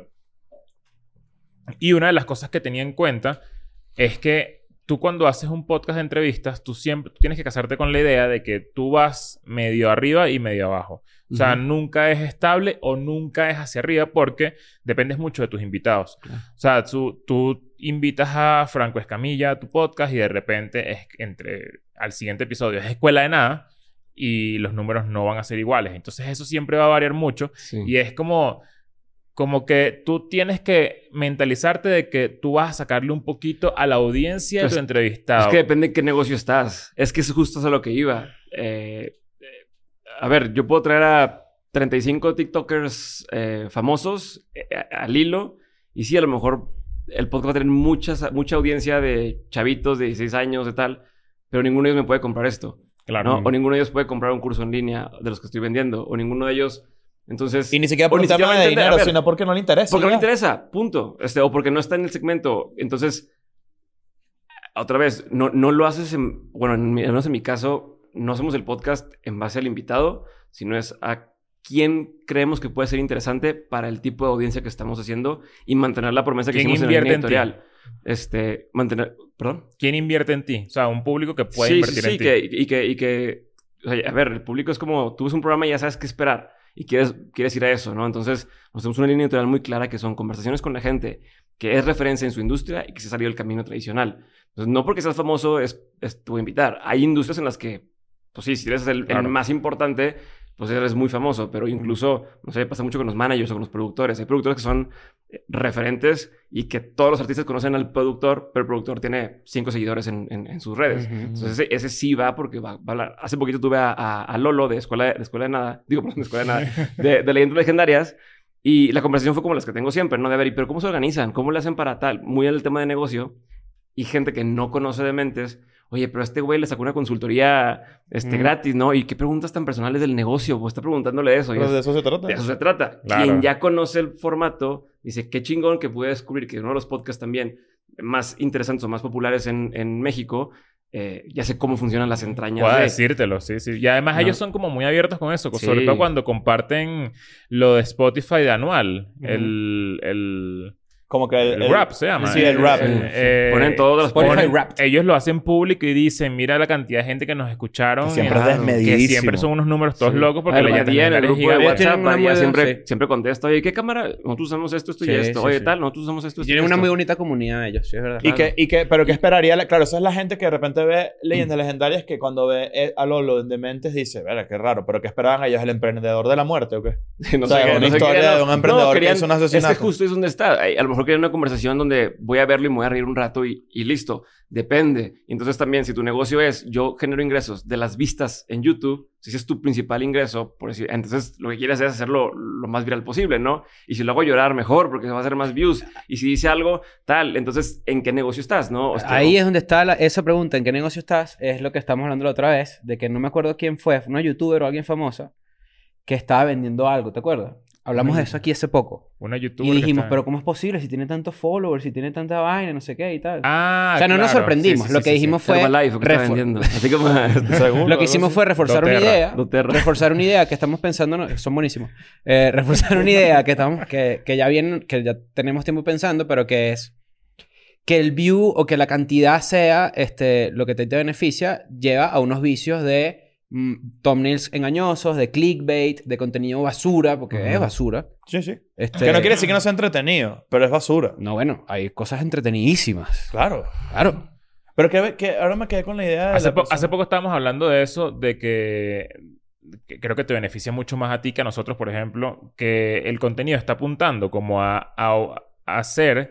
Y una de las cosas que tenía en cuenta es que tú cuando haces un podcast de entrevistas, tú siempre tú tienes que casarte con la idea de que tú vas medio arriba y medio abajo. O sea, Ujú. nunca es estable o nunca es hacia arriba porque dependes mucho de tus invitados. Claro. O sea, tú, tú invitas a Franco Escamilla a tu podcast y de repente es entre al siguiente episodio es Escuela de Nada y los números no van a ser iguales. Entonces eso siempre va a variar mucho Sí. y es como como que tú tienes que mentalizarte de que tú vas a sacarle un poquito a la audiencia Pues, de tu entrevistado. Es que depende de qué negocio estás. Es que es justo a lo que iba. Eh, eh, a ver, yo puedo traer a treinta y cinco TikTokers eh, famosos eh, a- al hilo. Y sí, a lo mejor el podcast va a tener muchas, mucha audiencia de chavitos de dieciséis años, de tal. Pero ninguno de ellos me puede comprar esto. Claro. ¿no? O ninguno de ellos puede comprar un curso en línea de los que estoy vendiendo. O ninguno de ellos... Entonces... Y ni siquiera por o un ni siquiera tema va a de entender. dinero, A ver, sino porque no le interesa. porque no le ya. interesa, punto. Este, o porque no está en el segmento. Entonces, otra vez, no, no lo haces en... Bueno, en mi, al menos en mi caso, no hacemos el podcast en base al invitado, sino es a quién creemos que puede ser interesante para el tipo de audiencia que estamos haciendo y mantener la promesa que ¿Quién hicimos en la invierte línea en ti? editorial. Este, mantener... ¿Perdón? ¿Quién invierte en ti? O sea, un público que puede sí, invertir sí, sí, en ti. que, y que... Y que o sea, a ver, el público es como... Tú ves un programa y ya sabes qué esperar. Y quieres, quieres ir a eso, ¿no? Entonces, nos tenemos una línea editorial muy clara que son conversaciones con la gente que es referencia en su industria y que se ha salido del camino tradicional. Entonces, no porque seas famoso es, es te voy a invitar. Hay industrias en las que, pues sí, si eres el, el Claro. más importante, pues eres muy famoso. Pero incluso, no sé, pasa mucho con los managers o con los productores. Hay productores que son eh, referentes y que todos los artistas conocen al productor, pero el productor tiene cinco seguidores en, en, en sus redes. Ujú. Entonces, ese, ese sí va porque va, va a hablar. Hace poquito tuve a, a, a Lolo de Escuela de, de Escuela de Nada. Digo, perdón, de Escuela de Nada. De, de Leyendas Legendarias. Y la conversación fue como las que tengo siempre, ¿no? De ver, ¿y pero cómo se organizan? ¿Cómo le hacen para tal? Muy en el tema de negocio. Y gente que no conoce de mentes. Oye, pero a este güey le sacó una consultoría este, Mm. gratis, ¿no? ¿Y qué preguntas tan personales del negocio? Pues está preguntándole eso. Y Pero es- de eso se trata. de eso se trata. Claro. Quien ya conoce el formato dice, qué chingón que pude descubrir que uno de los podcasts también más interesantes o más populares en, en México, eh, ya sé cómo funcionan las entrañas. Puedo de- decírtelo, sí, sí. Y además No. ellos son como muy abiertos con eso. Sí. Sobre todo cuando comparten lo de Spotify de anual. Ujú. el, el, Como que el rap se llama. Sí, el rap. Eh, eh, Ponen todos los Spotify ponen- Wrapped. Ellos lo hacen público y dicen, mira la cantidad de gente que nos escucharon. Que siempre y- es Claro. que desmedidísimo. siempre son unos números todos Sí. locos porque A ver, Leyendas Badía en el Legendarias grupo de gigantes. tienen WhatsApp, una Badía muy- siempre, sí. siempre contesta, oye, ¿qué cámara? Nosotros usamos esto, esto y Sí, esto. sí, Oye, sí. tal, nosotros usamos esto, esto Tienen y una esto. muy bonita comunidad ellos, sí, es verdad. Y que, y que, pero que esperaría, la- claro, esa es la gente que de repente ve leyendas legendarias que cuando ve eh, a Lolo en Dementes dice, verá, qué raro, pero ¿qué esperaban ellos? ¿El emprendedor de la muerte o qué? No O sea, sé qué, una no sé historia qué, de un emprendedor que querían- hizo un asesinato. Es que justo es donde está. Ay, a lo mejor quería una conversación donde voy a verlo y me voy a reír un rato y, y listo. Depende. Y entonces también, si tu negocio es, yo genero ingresos de las vistas en YouTube, si ese es tu principal ingreso, por decir, entonces lo que quieres es hacerlo lo más viral posible, ¿no? Y si lo hago llorar, mejor, porque va a hacer más views. Y si dice algo, tal. Entonces, ¿en qué negocio estás, no? Hostia, Ahí ¿no? es donde está la- esa pregunta, ¿en qué negocio estás? Es lo que estamos hablando la otra vez, de que no me acuerdo quién fue, fue una youtuber o alguien famosa que estaba vendiendo algo, ¿te acuerdas? Hablamos de eso aquí hace poco. Una youtuber Y que dijimos, está- pero ¿cómo es posible si tiene tantos followers, si tiene tanta vaina, no sé qué y tal? Ah, o sea, no nos claro. sorprendimos. Sí, sí, Lo sí, que sí, dijimos sí. fue... Herbalife, ¿qué está refor- vendiendo? Así como... Seguro, Lo que hicimos fue reforzar una doTERRA. idea. doTERRA. Reforzar una idea que estamos pensando... no, son buenísimos. Eh, reforzar una idea que, estamos, que, que ya viene... Que ya tenemos tiempo pensando, pero que es... Que el view o que la cantidad sea este, lo que te, te beneficia, lleva a unos vicios de mm, thumbnails engañosos, de clickbait, de contenido basura, porque Ujú. es basura. Sí, sí. Este, Que no quiere decir que no sea entretenido, pero es basura. No, bueno, hay cosas entretenidísimas. Claro. Claro. Pero que, que ahora me quedé con la idea de Hace, la po- persona- hace poco estábamos hablando de eso, de que, que creo que te beneficia mucho más a ti que a nosotros, por ejemplo, que el contenido está apuntando como a, a- a hacer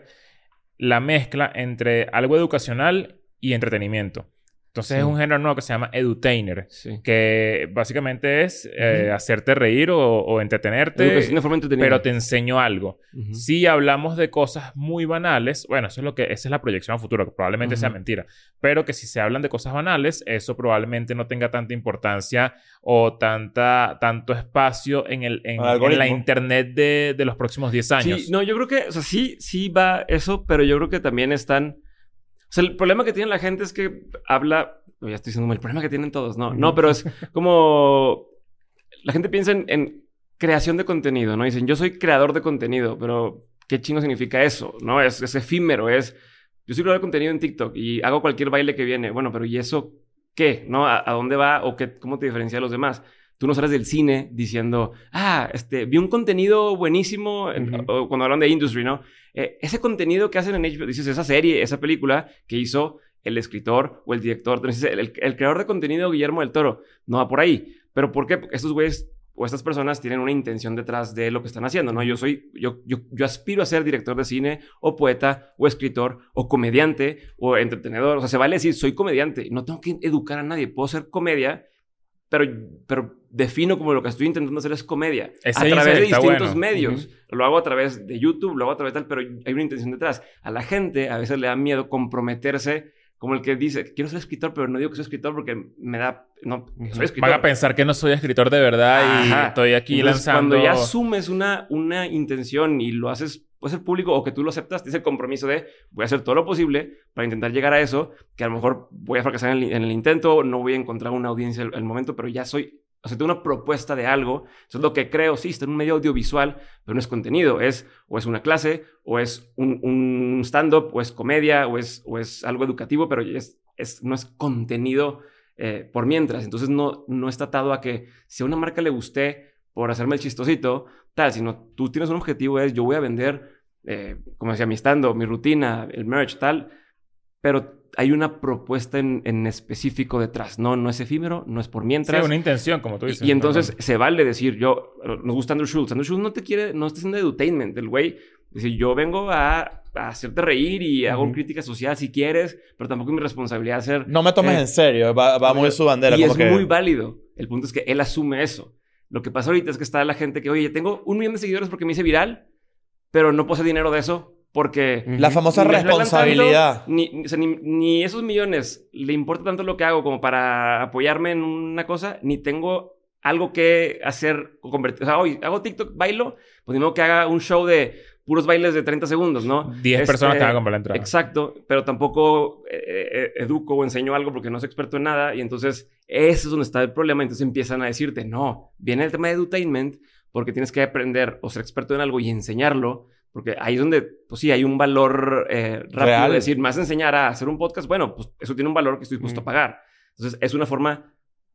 la mezcla entre algo educacional y entretenimiento. Entonces Sí. es un género nuevo que se llama edutainer, Sí. que básicamente es eh, hacerte reír o, o entretenerte, Educación de forma entretenida. pero te enseño algo. Ujú. Si hablamos de cosas muy banales, bueno, eso es lo que, esa es la proyección a futuro, que probablemente sea Ujú. mentira. Pero que si se hablan de cosas banales, eso probablemente no tenga tanta importancia o tanta, tanto espacio en, el, en, El en la algoritmo. internet de, de los próximos diez años. Sí, no, yo creo que, o sea, sí, sí va eso, pero yo creo que también están... O sea, el problema que tiene la gente es que habla... no, ya estoy diciendo el problema que tienen todos, no, no, pero es como... La gente piensa en, en creación de contenido, ¿no? Dicen, yo soy creador de contenido, pero ¿qué chingo significa eso? ¿No? Es, es efímero, es... Yo soy creador de contenido en TikTok y hago cualquier baile que viene. Bueno, pero ¿y eso qué? ¿No? ¿A, a dónde va? ¿O qué, cómo te diferencia de los demás? Tú no sales del cine diciendo, ah, este, vi un contenido buenísimo, en- Ujú. o cuando hablan de industry, ¿no? Eh, ese contenido que hacen en H B O, dices, esa serie, esa película que hizo el escritor o el director, entonces el, el- el creador de contenido Guillermo del Toro, no va por ahí. ¿Pero por qué? Porque estos güeyes o estas personas tienen una intención detrás de lo que están haciendo, ¿no? Yo soy, yo, yo, yo aspiro a ser director de cine, o poeta, o escritor, o comediante, o entretenedor. O sea, se vale decir, soy comediante. No tengo que educar a nadie. Puedo hacer comedia, pero, pero defino como lo que estoy intentando hacer es comedia. Ese a través de insight está distintos bueno. medios. Lo hago a través de YouTube, lo hago a través de tal, pero hay una intención detrás. A la gente a veces le da miedo comprometerse, como el que dice, quiero ser escritor, pero no digo que soy escritor porque me da... No, soy escritor. Van a pensar que no soy escritor de verdad y Ajá. estoy aquí Entonces, lanzando... cuando ya asumes una, una intención y lo haces, puede ser público o que tú lo aceptas, tienes el compromiso de voy a hacer todo lo posible para intentar llegar a eso, que a lo mejor voy a fracasar en el, en el intento, no voy a encontrar una audiencia al, al momento, pero ya soy, o sea, tengo una propuesta de algo. Eso es lo que creo, sí, está en un medio audiovisual, pero no es contenido, es o es una clase, o es un, un stand-up, o es comedia, o es, o es algo educativo, pero es, es, no es contenido eh, por mientras. Entonces no, no está atado a que si a una marca le guste por hacerme el chistosito, tal, sino tú tienes un objetivo, es yo voy a vender, eh, como decía, mi stand-up, mi rutina, el merch, tal, pero hay una propuesta en, en específico detrás. No, no es efímero, no es por Sí, mientras. una intención, como tú dices. Y, y entonces normal. se vale decir, yo, nos gusta Andrew Schultz. Andrew Schultz no te quiere, no está haciendo edutainment. El güey, decir, yo vengo a, a hacerte reír y hago Ujú. crítica social si quieres, pero tampoco es mi responsabilidad hacer... No me tomes eh, en serio. Va, va a mover su bandera. Y como es que... muy válido. El punto es que él asume eso. Lo que pasa ahorita es que está la gente que, oye, tengo un millón de seguidores porque me hice viral, pero no puedo hacer dinero de eso porque... La famosa ni me regalan responsabilidad. tanto, ni, ni, o sea, ni, ni esos millones le importa tanto lo que hago como para apoyarme en una cosa, ni tengo algo que hacer o convertir. O sea, hoy hago TikTok, bailo, pues ni modo que haga un show de puros bailes de treinta segundos, ¿no? diez Este, personas te van a comprar la entrada. Exacto, pero tampoco eh, eh, educo o enseño algo porque no soy experto en nada y entonces ese es donde está el problema. Entonces empiezan a decirte, no, viene el tema de edutainment porque tienes que aprender o ser experto en algo y enseñarlo. Porque ahí es donde, pues sí, hay un valor eh, rápido Real. de decir, más enseñar a hacer un podcast, bueno, pues eso tiene un valor que estoy dispuesto Mm. a pagar. Entonces, es una forma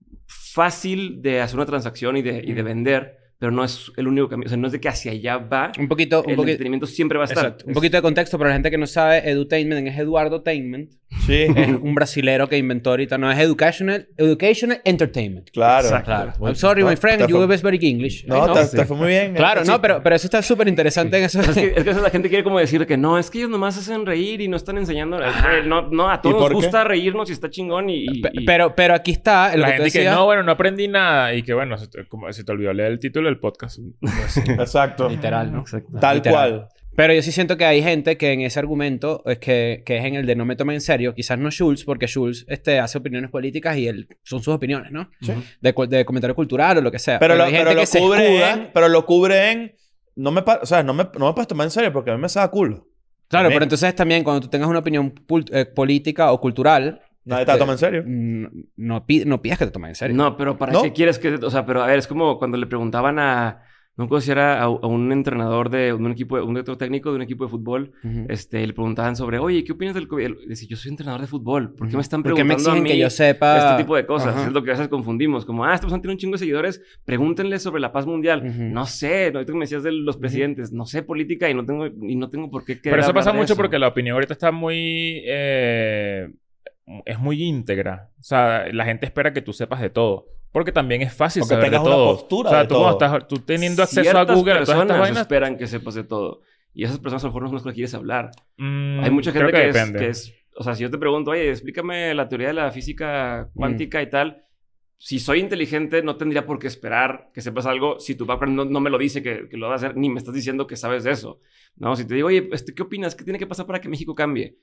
fácil de hacer una transacción y de, y de Mm. vender, pero no es el único camino. O sea, no es de que hacia allá va. Un poquito, un El poquito, entretenimiento siempre va a estar. exacto. Un Es- poquito de contexto para la gente que no sabe, edutainment es Eduardo Tainment, Sí. Es un brasilero que inventó ahorita. No es educational, educational entertainment. Claro. Exacto. Claro. Muy- I'm sorry, no, my friend. te You fue- speak English. No, I know. te, te fue muy bien. Claro, Este no, chiste. pero, pero eso está súper interesante en eso. Es que, es que a veces la gente quiere como decir que no, es que ellos nomás hacen reír y no están enseñando. Güey, No, no, a todos ¿Y nos por qué? gusta reírnos y está chingón y... y- Pe- y- Pero, pero aquí está lo La que tú gente que decías. no, bueno, no aprendí nada. Y que bueno, se te, como, se te olvidó leer el título del podcast. Exacto. Literal, ¿no? Exacto. Tal Literal. cual. Pero yo sí siento que hay gente que en ese argumento es que, que es en el de no me tomen en serio. Quizás no Schultz, porque Schultz este, hace opiniones políticas y él, son sus opiniones, ¿no? Sí. De, cu- de comentario cultural o lo que sea. Pero, lo, hay pero gente lo que se cubre escuda. en... Pero lo cubre en... No me, pa- o sea, no me, no me puedes tomar en serio porque a mí me saca culo. Claro, También. pero entonces también cuando tú tengas una opinión pul- eh, política o cultural... Nadie te la toma en serio. No, no, pi- no pidas que te tomen en serio. No, pero ¿para ¿No? qué quieres que...? O sea, pero a ver, es como cuando le preguntaban a... No recuerdo si era a, a un entrenador de un equipo, un director técnico de un equipo de fútbol. Ujú. Este, le preguntaban sobre, oye, ¿qué opinas del COVID? Él decía, yo soy entrenador de fútbol. ¿Por qué me están ¿Por qué me preguntando exigen a mí que yo sepa este tipo de cosas? Ajá. Es lo que a veces confundimos. Como, ah, esta persona tiene un chingo de seguidores. Pregúntenle sobre la paz mundial. Ujú. No sé. Ahorita que me decías de los presidentes. No sé política y no tengo, y no tengo por qué querer Pero eso hablar pasa de mucho eso. porque la opinión ahorita está muy... eh, es muy íntegra. O sea, la gente espera que tú sepas de todo. Porque también es fácil O que saber de tengas una todo. postura o sea, de tú, todo. cuando estás tú teniendo acceso a Ciertas Google, a todas estas personas vainas... esperan que sepas de todo. Y esas personas a lo mejor no son las que quieres hablar. mm, Hay mucha gente creo que, es, depende. que es... O sea, si yo te pregunto, oye, explícame la teoría de la física cuántica y tal. Si soy inteligente, no tendría por qué esperar que sepas algo si tu background no, no me lo dice que, que lo vas a hacer, ni me estás diciendo que sabes de eso. No, si te digo, oye, este, ¿qué opinas? ¿Qué tiene que pasar para que México cambie?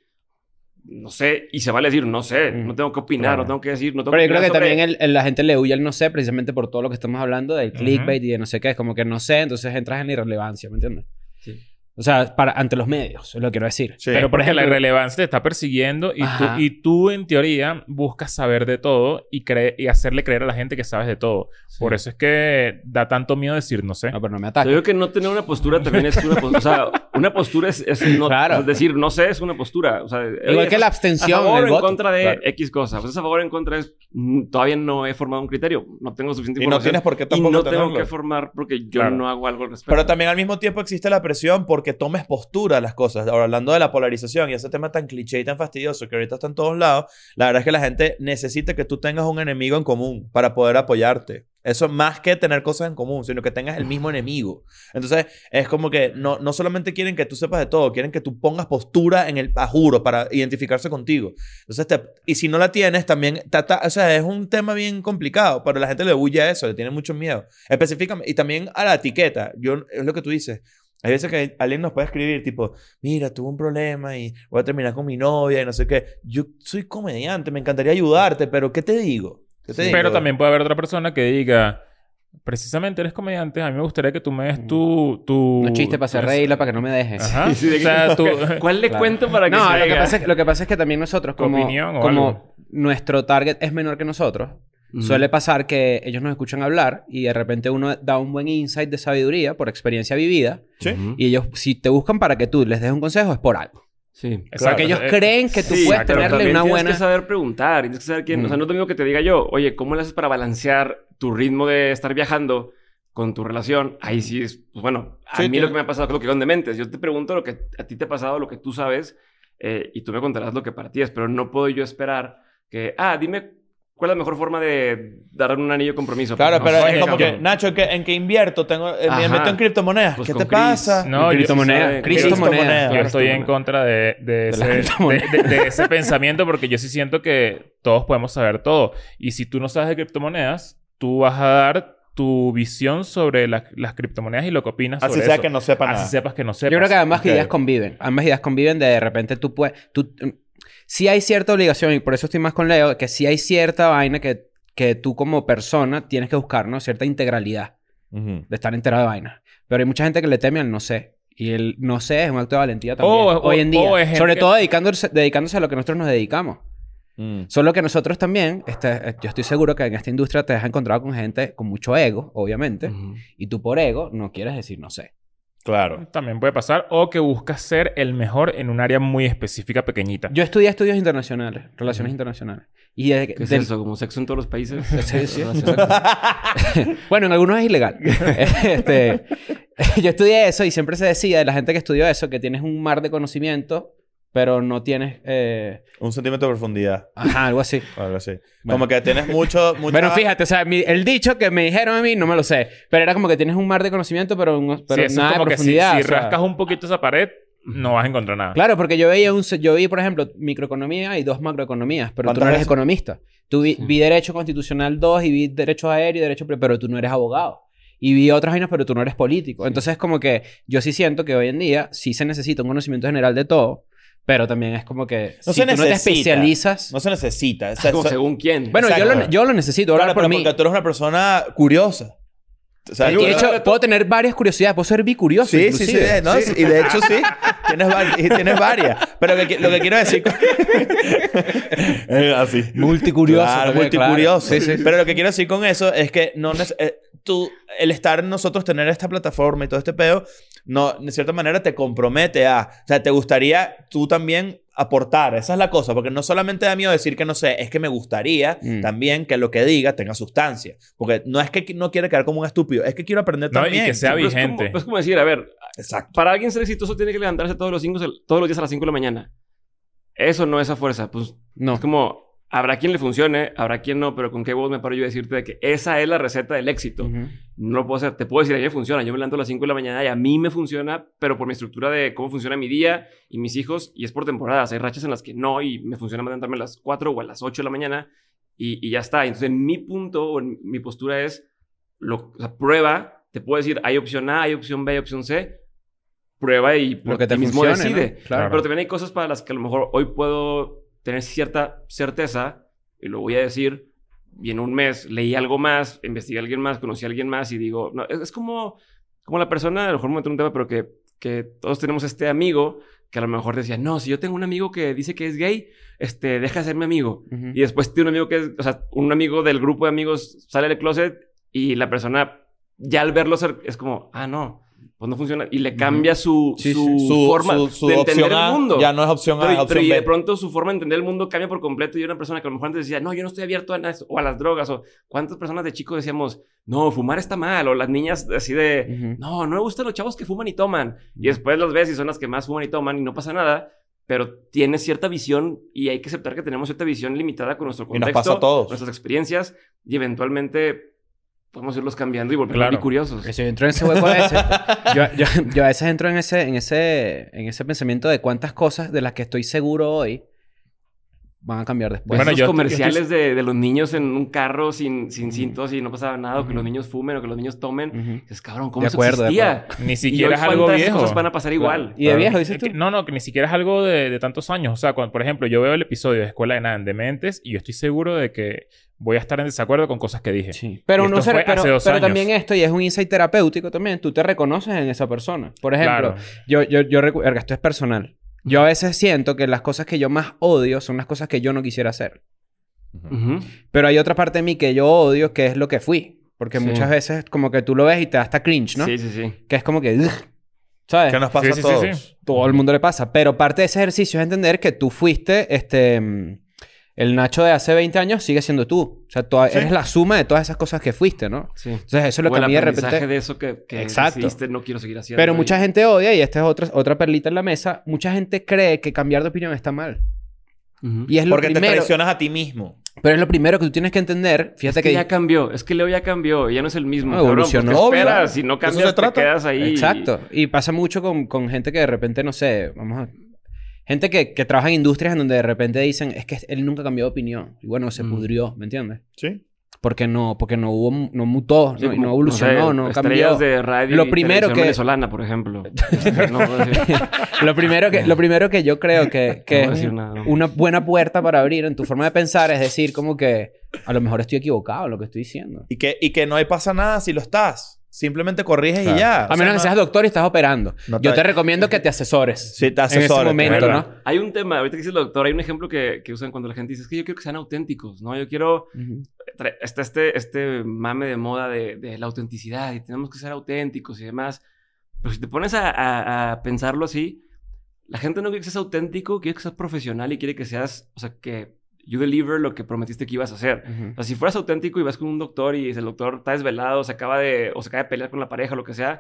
No sé. Y se vale decir, no sé. Mm. No tengo que opinar, Claro. no tengo que decir, no tengo Pero yo que creo que opinar sobre- también el- el- la gente le huye al no sé precisamente por todo lo que estamos hablando del Ujú. clickbait y de no sé qué. Es como que no sé, entonces entras en la irrelevancia, ¿me entiendes? Sí. O sea, para, ante los medios, es lo que quiero decir. Sí. Pero por porque la ejemplo- irrelevancia te está persiguiendo y tú, Ajá. y tú, en teoría, buscas saber de todo y, cre- y hacerle creer a la gente que sabes de todo. Por eso es que da tanto miedo decir no sé. No, pero no me Yo ataques. creo que no tener una postura también es una postura. O sea, una postura es, es no, Claro. o sea, decir no sé es una postura. O sea, Igual oye, que la ¿estás abstención a favor en o el en voto. contra de Claro. X cosa. Pues a favor o en contra es... mm, Todavía no he formado un criterio. No tengo suficiente Y no información. tienes por qué Y tampoco no tengo tenerlo. que formar porque yo Claro. no hago algo al respecto. Pero también al mismo tiempo existe la presión porque tomes postura a las cosas. Ahora, hablando de la polarización y ese tema tan cliché y tan fastidioso que ahorita está en todos lados, la verdad es que la gente necesita que tú tengas un enemigo en común para poder apoyarte. Eso más que tener cosas en común, sino que tengas el mismo enemigo. Entonces, es como que no, no solamente quieren que tú sepas de todo, quieren que tú pongas postura en el a juro para identificarse contigo. Entonces, te- y si no la tienes, también, ta- ta- o sea, es un tema bien complicado, pero la gente le huye a eso, le tiene mucho miedo. Específicamente, y también a la etiqueta. Yo, es lo que tú dices. Hay veces que alguien nos puede escribir tipo, mira, tuve un problema y voy a terminar con mi novia y no sé qué. Yo soy comediante, me encantaría ayudarte, pero ¿qué te digo? ¿Qué te digo? Pero también puede haber otra persona que diga... Precisamente eres comediante. A mí me gustaría que tú me des tu... tu No chiste para hacer tu- reírla para que no me dejes. Ajá. Sí, de O sea, tú... ¿Cuál le Claro. cuento para que No, se lo que, haga? pasa es, lo que pasa es que también nosotros, Tu como, opinión o como algo. nuestro target es menor que nosotros, Ujú. suele pasar que ellos nos escuchan hablar y de repente uno da un buen insight de sabiduría por experiencia vivida ¿Sí? Ujú. y ellos, si te buscan para que tú les des un consejo, es por algo. Sí. Exacto. Porque ellos Eh, creen que tú Sí, puedes pero tenerle también una tienes buena... que saber preguntar. Tienes que saber quién... O sea, Mm. no es lo mismo que te diga yo, oye, ¿cómo le haces para balancear tu ritmo de estar viajando con tu relación? Ahí sí es... Pues bueno, a Sí, mí tiene- lo que me ha pasado es lo que con dementes. Yo te pregunto lo que a ti te ha pasado, lo que tú sabes, eh, y tú me contarás lo que para ti es. Pero no puedo yo esperar que... Ah, dime cuál es la mejor forma de dar un anillo de compromiso. Claro, Pues, pero no es sé, como que, cabrón. Nacho, ¿en qué, en qué invierto? Tengo, eh, me Ajá. meto en criptomonedas. Pues ¿Qué con te Chris. pasa? No, yo- criptomoneda. sabe- Criptomoneda. Criptomoneda. Yo estoy en Criptomoneda. contra de, de la ese, criptomoneda. de- de- de ese pensamiento porque yo sí siento que todos podemos saber todo. Y si tú no sabes de criptomonedas, tú vas a dar tu visión sobre las, las criptomonedas y lo que opinas Así sobre sea eso. que no sepa Así nada. sepas que no sepas. Yo creo que ambas Ok. ideas conviven. Ambas ideas conviven de, de repente tú puedes... Tú, sí hay cierta obligación, y por eso estoy más con Leo, que sí hay cierta vaina que, que tú como persona tienes que buscar, ¿no? Cierta integralidad Ujú. de estar enterado de vainas. Pero hay mucha gente que le teme al no sé. Y el no sé es un acto de valentía también. O- o- hoy en día. o es gente Sobre que- todo dedicándose, dedicándose a lo que nosotros nos dedicamos. Mm. Solo que nosotros también, este, eh, yo estoy seguro que en esta industria te has encontrado con gente con mucho ego, obviamente. Ujú. Y tú por ego no quieres decir no sé. Claro. También puede pasar. O que buscas ser el mejor en un área muy específica, pequeñita. Yo estudié estudios internacionales, relaciones internacionales. Y de- ¿Qué es del- eso? ¿Como sexo en todos los países? Sí, sí. Bueno, en algunos es ilegal. este, yo estudié eso y siempre se decía de la gente que estudió eso que tienes un mar de conocimiento pero no tienes... Eh... Un centímetro de profundidad. Ajá, algo así. O algo así. Bueno. Como que tienes mucho... mucha- Bueno, fíjate, o sea, mi- el dicho que me dijeron a mí no me lo sé. Pero era como que tienes un mar de conocimiento, pero, un- pero Sí, eso nada es como de que si, profundidad. si o sea. rascas un poquito esa pared, no vas a encontrar nada. Claro, porque yo veía un... se- Yo vi, por ejemplo, microeconomía y dos macroeconomías, pero tú ¿Cuántas no eres veces? economista. Tú vi, Sí. vi Derecho Constitucional dos y vi Derecho Aéreo y Derecho... Pre- Pero tú no eres abogado. Y vi otras vainas, pero tú no eres político. Entonces, como que yo sí siento que hoy en día sí se necesita un conocimiento general de todo, pero también es como que No si se tú no te necesita. especializas... No se necesita. O Es sea, como eso- según quién. Bueno, yo Exacto. lo, yo lo necesito, hablar Claro, por pero mí. porque tú eres una persona curiosa. O sea, Y tú- de hecho, puedo tener varias curiosidades. Puedo ser bicurioso, Sí, sí, sí, inclusive. de- no, y de hecho sí. Tienes, vari- y tienes varias. Pero que- que- lo que quiero decir... con- Eh, así. Multicurioso. Claro, también, multicurioso. claro. Sí, sí, sí. Pero lo que quiero decir con eso es que no nece- eh, tú, el estar en nosotros, tener esta plataforma y todo este peo, no, de cierta manera te compromete a... O sea, te gustaría tú también aportar. Esa es la cosa. Porque no solamente da miedo decir que no sé, es que me gustaría Mm. también que lo que diga tenga sustancia. Porque no es que no quiere quedar como un estúpido, es que quiero aprender No, y también. que sea Pero es como- vigente. Es como decir, a ver, Exacto. para alguien ser exitoso tiene que levantarse todos los, cinco, todos los días a las cinco de la mañana. Eso no es a fuerza. Pues No. es como, habrá quien le funcione, habrá quien no, pero con qué voz me paro yo a decirte de que esa es la receta del éxito. Ujú. No lo puedo hacer. Te puedo decir, a mí me funciona. Yo me levanto a las cinco de la mañana y a mí me funciona, pero por mi estructura de cómo funciona mi día y mis hijos, y es por temporadas. Hay rachas en las que no, y me funciona más levantarme a las cuatro o a las ocho de la mañana y, y ya está. Entonces, en mi punto o en mi postura es, lo, o sea, prueba. Te puedo decir, hay opción A, hay opción B, hay opción C. Prueba y por Lo que te ti mismo funcione, decide. ¿no? Claro. Pero también hay cosas para las que a lo mejor hoy puedo tener cierta certeza, y lo voy a decir, y en un mes leí algo más, investigué a alguien más, conocí a alguien más y digo, no, es, es como, como la persona, a lo mejor me meto en un tema, pero que, que todos tenemos este amigo que a lo mejor decía, no, si yo tengo un amigo que dice que es gay, este, deja de ser mi amigo. Ujú. Y después tiene un amigo que es, o sea, un amigo del grupo de amigos sale del closet y la persona ya al verlo ser, es como, ah, no, pues no funciona. Y le cambia su, Sí, su, sí. Su, forma su, su de entender opción A el mundo. ya no es opción A, Pero, es pero opción y de B. pronto su forma de entender el mundo cambia por completo. Y una persona que a lo mejor antes decía, no, yo no estoy abierto a nada, o a las drogas, o cuántas personas de chicos decíamos, no, fumar está mal, o las niñas así de, Ujú. no, no me gustan los chavos que fuman y toman. Y después los ves y son las que más fuman y toman y no pasa nada. Pero tienes cierta visión y hay que aceptar que tenemos cierta visión limitada con nuestro Y nos contexto, pasa a todos. nuestras experiencias, y eventualmente podemos irlos cambiando y volvernos Claro. muy curiosos. Que si yo entro en ese hueco a veces, yo, yo, yo a veces entro en ese, en, ese, en ese pensamiento de cuántas cosas de las que estoy seguro hoy van a cambiar después. Pues Bueno, esos yo- comerciales yo estoy- de, de los niños en un carro sin, sin cintos y no pasaba nada, o que los niños fumen o que los niños tomen. Ujú. Es cabrón, ¿cómo De eso acuerdo, de existía? Ni Y siquiera hoy es algo cuántas de esas viejo. cosas van a pasar igual. ¿Y de viejo dices Es tú? que- no, no, que ni siquiera es algo de, de tantos años. O sea, cuando, por ejemplo, yo veo el episodio de Escuela de Nada en Dementes y yo estoy seguro de que voy a estar en desacuerdo con cosas que dije. Sí. Pero, Y no esto sé, fue pero, hace dos pero años. también esto, y es un insight terapéutico también, tú te reconoces en esa persona. Por ejemplo, Claro. yo, yo, yo recuerdo, esto es personal. Yo a veces siento que las cosas que yo más odio son las cosas que yo no quisiera hacer. Ujú. Pero hay otra parte de mí que yo odio, que es lo que fui. Porque Sí. muchas veces como que tú lo ves y te da hasta cringe, ¿no? Sí, sí, sí. Que es como que... "Ugh", ¿sabes? ¿Qué nos pasa Sí, a sí, sí, todos? sí. Todo el mundo le pasa. Pero parte de ese ejercicio es entender que tú fuiste, este... mm, el Nacho de hace veinte años sigue siendo tú. O sea, tú Sí. eres la suma de todas esas cosas que fuiste, ¿no? Sí. Entonces eso es lo O que el a mí de aprendizaje repente... de eso que, que Exacto. decidiste no quiero seguir haciendo. Pero y- mucha gente odia, y esta es otra, otra perlita en la mesa, mucha gente cree que cambiar de opinión está mal. Ujú. Y es lo Porque te primero... traicionas a ti mismo. Pero es lo primero que tú tienes que entender. Fíjate Es que que... ya cambió. Es que Leo ya cambió. Ya no es el mismo. No, cabrón. evolucionó. Pues, ¿qué Obvio. esperas? Si no Eso cambias, se te trata. quedas ahí. Exacto. Y pasa mucho con, con gente que de repente, no sé, vamos a... Gente que, que trabaja en industrias en donde de repente dicen, es que él nunca cambió de opinión. Y bueno, se Mm. pudrió, ¿me entiendes? Sí. Porque no, porque no hubo, no mutó, Sí, no, como, no evolucionó, no, sé, cambió. estrellas de radio Lo y primero televisión que- venezolana, por ejemplo. no puedo decir, Lo primero que, lo primero que yo creo que, que no puedo es decir nada. una buena puerta para abrir en tu forma de pensar es decir como que a lo mejor estoy equivocado en lo que estoy diciendo. Y que, y que no hay pasa nada si lo estás. Simplemente corriges Claro. y ya. O A sea, menos que no- seas doctor y estás operando. No Yo te- te recomiendo que te asesores. Sí, te En ese asesores, momento, ¿verdad? ¿no? Hay un tema, ahorita que dice el doctor, hay un ejemplo que, que usan cuando la gente dice, es que yo quiero que sean auténticos, ¿no? Yo quiero... Ujú. tra- Está este, este mame de moda de, de la autenticidad y tenemos que ser auténticos y demás. Pero si te pones a, a- a pensarlo así, la gente no quiere que seas auténtico, quiere que seas profesional y quiere que seas, o sea, que you deliver lo que prometiste que ibas a hacer. Ujú. O sea, si fueras auténtico y vas con un doctor y el doctor está desvelado, se acaba de, o se acaba de pelear con la pareja, lo que sea,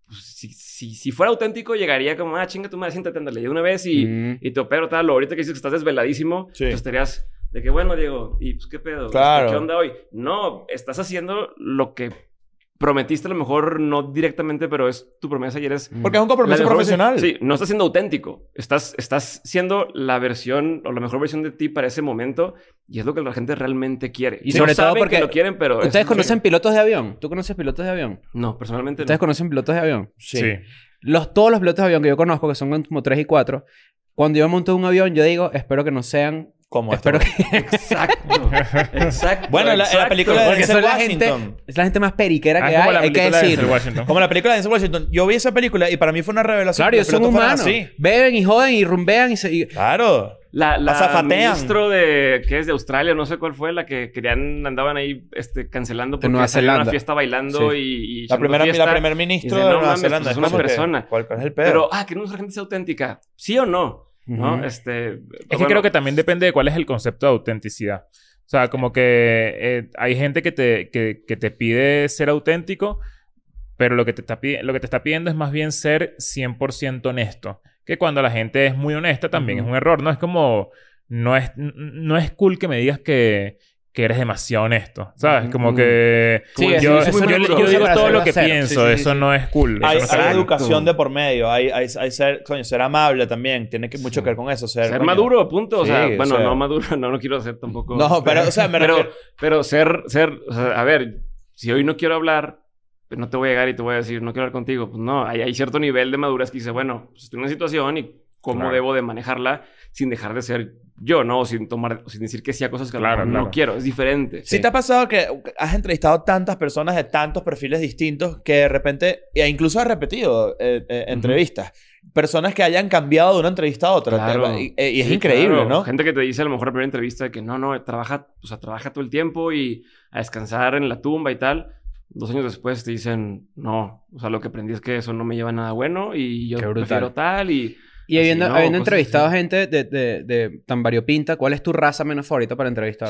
pues, si, si, si fuera auténtico, llegaría como, ah, chinga tu madre, siéntate, ándale, de una vez y, Mm. y te opero tal. O ahorita que dices que estás desveladísimo, Sí. pues estarías de que, bueno, Diego, ¿y pues qué pedo? Claro. ¿Qué onda hoy? No, estás haciendo lo que prometiste, a lo mejor no directamente, pero es tu promesa y eres... Porque es un la compromiso mejor profesional. versión- Sí, no estás siendo auténtico. Estás, estás siendo la versión o la mejor versión de ti para ese momento y es lo que la gente realmente quiere. Y No sobre todo saben porque que lo quieren, pero... es- ¿Ustedes conocen pilotos de avión? ¿Tú conoces pilotos de avión? No, personalmente ¿Ustedes no. conocen pilotos de avión? Sí. Sí. Los, todos los pilotos de avión que yo conozco, que son como tres y cuatro, cuando yo monto un avión, yo digo, espero que no sean... Como espero esto. que... Exacto. Exacto. Bueno, la, la exacto. película de Porque Denzel son la gente... Washington. Es la gente más periquera Ah, que como hay, la hay que película de decir. Denzel Washington. Como la película de Denzel Washington. Yo vi esa película y para mí fue una revelación. Claro, que ellos los son pilotos fueran humanos. así. Beben y joden y rumbean y... Se, y- Claro. La, la Azafatean. ministro de... ¿Qué es? De Australia, no sé cuál fue, la que querían... Andaban ahí este, cancelando porque Nueva salieron a una Zelanda. fiesta bailando Sí. y... y La echando primera, fiesta. la primer Y ministro dice, de no Nueva mames, Zelanda. pues es una como que, persona. ¿Cuál, cuál es el pedo? Pero, ah, que nuestra gente sea auténtica. ¿Sí o no? ¿no? Ujú. Este... Es que creo que también depende de cuál es el concepto de autenticidad. O sea, como que eh, hay gente que te, que, que te pide ser auténtico, pero lo que, te está pi- lo que te está pidiendo es más bien ser cien por ciento honesto. Que cuando la gente es muy honesta también Ujú. es un error. No es como... No es, n- no es cool que me digas que, que eres demasiado honesto. ¿Sabes? Como Ujú. que... Sí, yo, eso es muy yo- maduro. yo digo Para todo hacerlo lo que hacer. pienso. Sí, sí, eso sí. no es cool. Eso Hay, no está hay bien. educación de por medio. Hay, hay, hay ser, coño, ser amable también. Tiene que, mucho que ver con eso. Ser, Ser coño. maduro, punto. O Sí, sea, o bueno, sea- no maduro, no, no quiero ser tampoco... No, pero, o sea, me pero, refiero... pero ser, ser, o sea, a ver, si hoy no quiero hablar, pues no te voy a llegar y te voy a decir, no quiero hablar contigo. Pues no, hay, hay cierto nivel de madurez que dice, bueno, pues estoy en una situación y cómo Claro. debo de manejarla sin dejar de ser yo, ¿no? O sin tomar, sin decir que sí a cosas que a lo Claro, mejor claro. no quiero. Es diferente. ¿Sí te ha pasado que has entrevistado tantas personas de tantos perfiles distintos que de repente, e incluso has repetido eh, eh, entrevistas, personas que hayan cambiado de una entrevista a otra? Claro. Y, y es Sí, increíble, claro. ¿no? Gente que te dice a lo mejor en la primera entrevista que no, no, trabaja, o sea, trabaja todo el tiempo y a descansar en la tumba y tal. Dos años después te dicen, no, o sea, lo que aprendí es que eso no me lleva a nada bueno y yo Qué brutal. prefiero tal y... Y así, habiendo, ¿no? habiendo Cosas entrevistado así. gente de, de, de tan variopinta, ¿cuál es tu raza menos favorita para entrevistar?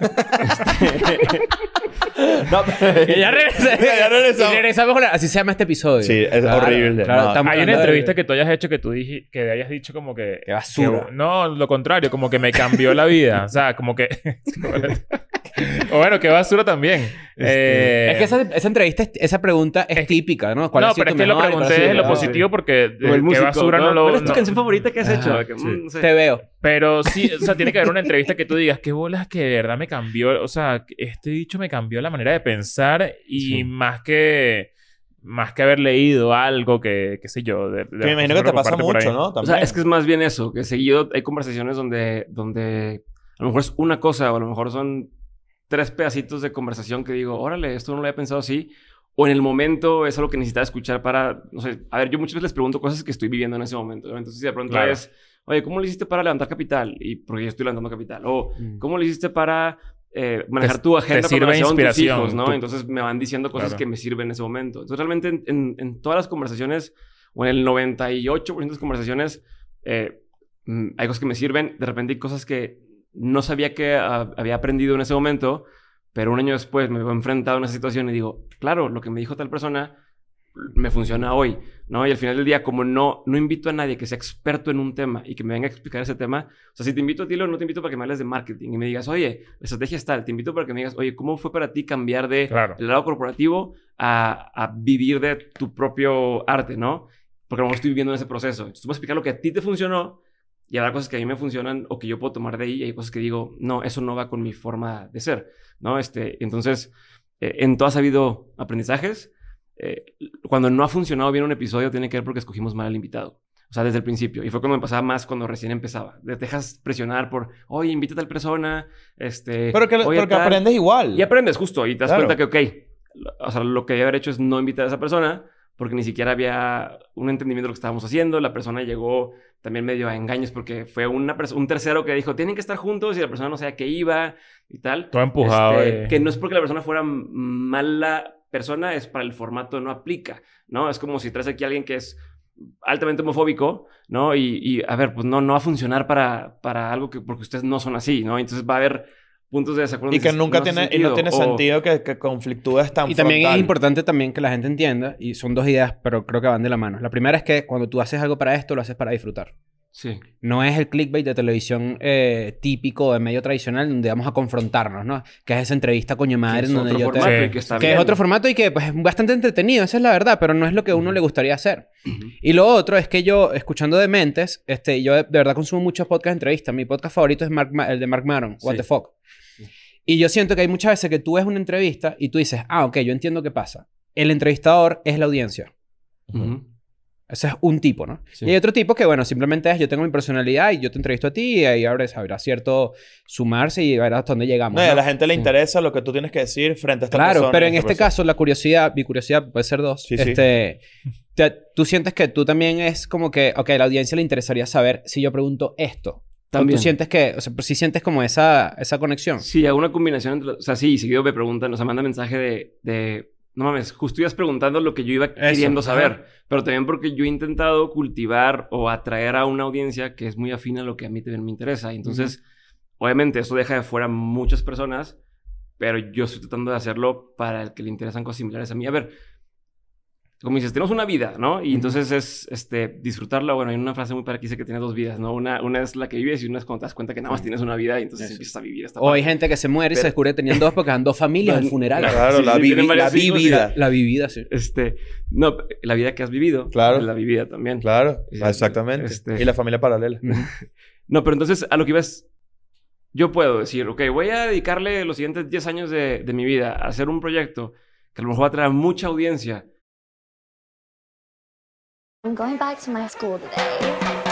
No, ya regresé. Ya regresamos. Y regresamos con la- Así se llama este episodio. Sí, es horrible. No. estamos Hay una hablando de- entrevista que tú hayas hecho que tú dije, que hayas dicho como que... Qué basura. que- no, lo contrario. Como que me cambió la vida. O sea, como que... o bueno, qué basura también. Eh, Es que esa, esa entrevista, es- esa pregunta es, es que- típica, ¿no? ¿Cuál ha No, sido pero es tu que lo mejor y cuál ha pregunté sido en lo tu peor? positivo porque... O el qué músico, basura no, ¿no? lo... ¿Cuál es tu no- canción favorita que has hecho? Ajá, Que, sí. mm, no sé. Te veo. Pero sí, o sea, tiene que haber una entrevista que tú digas, qué bolas que de verdad me cambió, o sea, este dicho me cambió la manera de pensar y Sí. más que más que haber leído algo que, qué sé yo, de, de Que me imagino que te pasa mucho, ¿no? O También. sea, es que es más bien eso, que seguido hay conversaciones donde, donde a lo mejor es una cosa o a lo mejor son tres pedacitos de conversación que digo, órale, esto no lo había pensado así. O en el momento es algo que necesitaba escuchar para, no sé, a ver, yo muchas veces les pregunto cosas que estoy viviendo en ese momento, ¿no? Entonces, si de pronto Claro. es, oye, ¿cómo lo hiciste para levantar capital? Y porque yo estoy levantando capital. O, Mm. ¿cómo lo hiciste para eh, manejar Te- tu te agenda sirve para relación tus inspiración, hijos, ¿no? tú- Entonces me van diciendo cosas Claro. que me sirven en ese momento. Entonces, realmente en, en, en todas las conversaciones, o en el noventa y ocho por ciento de las conversaciones, eh, mm, hay cosas que me sirven. De repente hay cosas que no sabía que ah, había aprendido en ese momento, pero un año después me veo enfrentado a una situación y digo, claro, lo que me dijo tal persona me funciona hoy, ¿no? Y al final del día, como no, no invito a nadie que sea experto en un tema y que me venga a explicar ese tema, o sea, si te invito a ti, Leo, no te invito para que me hables de marketing y me digas, oye, la estrategia es tal, te invito para que me digas, oye, ¿cómo fue para ti cambiar de Claro. el lado corporativo a, a vivir de tu propio arte, ¿no? Porque a lo mejor estoy viviendo en ese proceso. Entonces, tú vas a explicar lo que a ti te funcionó y habrá cosas que a mí me funcionan o que yo puedo tomar de ahí y hay cosas que digo, no, eso no va con mi forma de ser, ¿no? Este, entonces, eh, en todas ha habido aprendizajes. Eh, cuando no ha funcionado bien un episodio tiene que ver porque escogimos mal al invitado. O sea, desde el principio. Y fue cuando me pasaba más cuando recién empezaba. Te dejas presionar por, oye, invita a tal persona, este... Pero que, oye, pero que tal. aprendes igual. Y aprendes justo. Y te das Claro. cuenta que, ok, lo- o sea, lo que debía haber hecho es no invitar a esa persona porque ni siquiera había un entendimiento de lo que estábamos haciendo. La persona llegó también medio a engaños porque fue una perso- un tercero que dijo, tienen que estar juntos y la persona no sabía qué iba y tal. Todo empujado. Este, eh. Que no es porque la persona fuera m- mala persona, es para el formato, no aplica, ¿no? Es como si traes aquí a alguien que es altamente homofóbico, ¿no? Y, y, a ver, pues no, no va a funcionar para, para algo que, porque ustedes no son así, ¿no? Entonces va a haber puntos de desacuerdo. Y que dices, nunca no hace tiene, y no tiene o- sentido que, que conflictúes tan Y también frontal. es importante también que la gente entienda, y son dos ideas, pero creo que van de la mano. La primera es que cuando tú haces algo para esto, lo haces para disfrutar. Sí. No es el clickbait de televisión eh, típico de medio tradicional donde vamos a confrontarnos, ¿no? Que es esa entrevista coño madre Que es en donde otro yo te... formato Sí. y que está Que bien. es otro formato y que pues, es bastante entretenido, esa es la verdad, pero no es lo que a uno le gustaría hacer. Y lo otro es que yo, escuchando Dementes, este, yo de, de verdad consumo muchos podcasts de entrevistas. Mi podcast favorito es Mark Ma- el de Mark Maron, What Sí. the Fuck. Y yo siento que hay muchas veces que tú ves una entrevista y tú dices, ah, ok, yo entiendo qué pasa. El entrevistador es la audiencia. Ujú. Ese es un tipo, ¿no? Sí. Y hay otro tipo que, bueno, simplemente es yo tengo mi personalidad y yo te entrevisto a ti y ahí habrá, habrá cierto sumarse y verás hasta dónde llegamos. No, y a ¿no? la gente le Sí. interesa lo que tú tienes que decir frente a esta Claro, persona. pero y en esta este persona. caso la curiosidad, mi curiosidad puede ser dos. Sí, sí. este, te- tú sientes que tú también es como que, ok, a la audiencia le interesaría saber si yo pregunto esto. También. O tú sientes que, o sea, pues sí sientes como esa, esa conexión. Sí, hago una combinación entre... O sea, sí, seguido me preguntan, o sea, manda mensaje de... de no mames, justo ibas preguntando lo que yo iba queriendo ajá. saber. Pero también porque yo he intentado cultivar o atraer a una audiencia que es muy afín a lo que a mí también me interesa. Entonces, obviamente, eso deja de fuera muchas personas, pero yo estoy tratando de hacerlo para el que le interesan cosas similares a mí. A ver, como dices, tenemos una vida, ¿no? Y entonces es este, disfrutarla. Bueno, hay una frase muy para que dice que tiene dos vidas, ¿no? Una, una es la que vives y una es cuando te das cuenta que nada más tienes una vida y entonces Eso. empiezas a vivir esta O hay parte. gente que se muere y se Pero- descubre que tenían dos porque dan dos familias al funeral. Claro, Sí, la, sí, vivi- tienen varios la hijos y vivida. La vivida, sí. Este, no, la vida que has vivido. Claro. Es la vivida también. Claro, Sí, exactamente. este- Y la familia paralela. No, pero entonces a lo que ibas, yo puedo decir, ok, voy a dedicarle los siguientes diez años de, de mi vida a hacer un proyecto que a lo mejor va a traer mucha audiencia. I'm going back to my school today.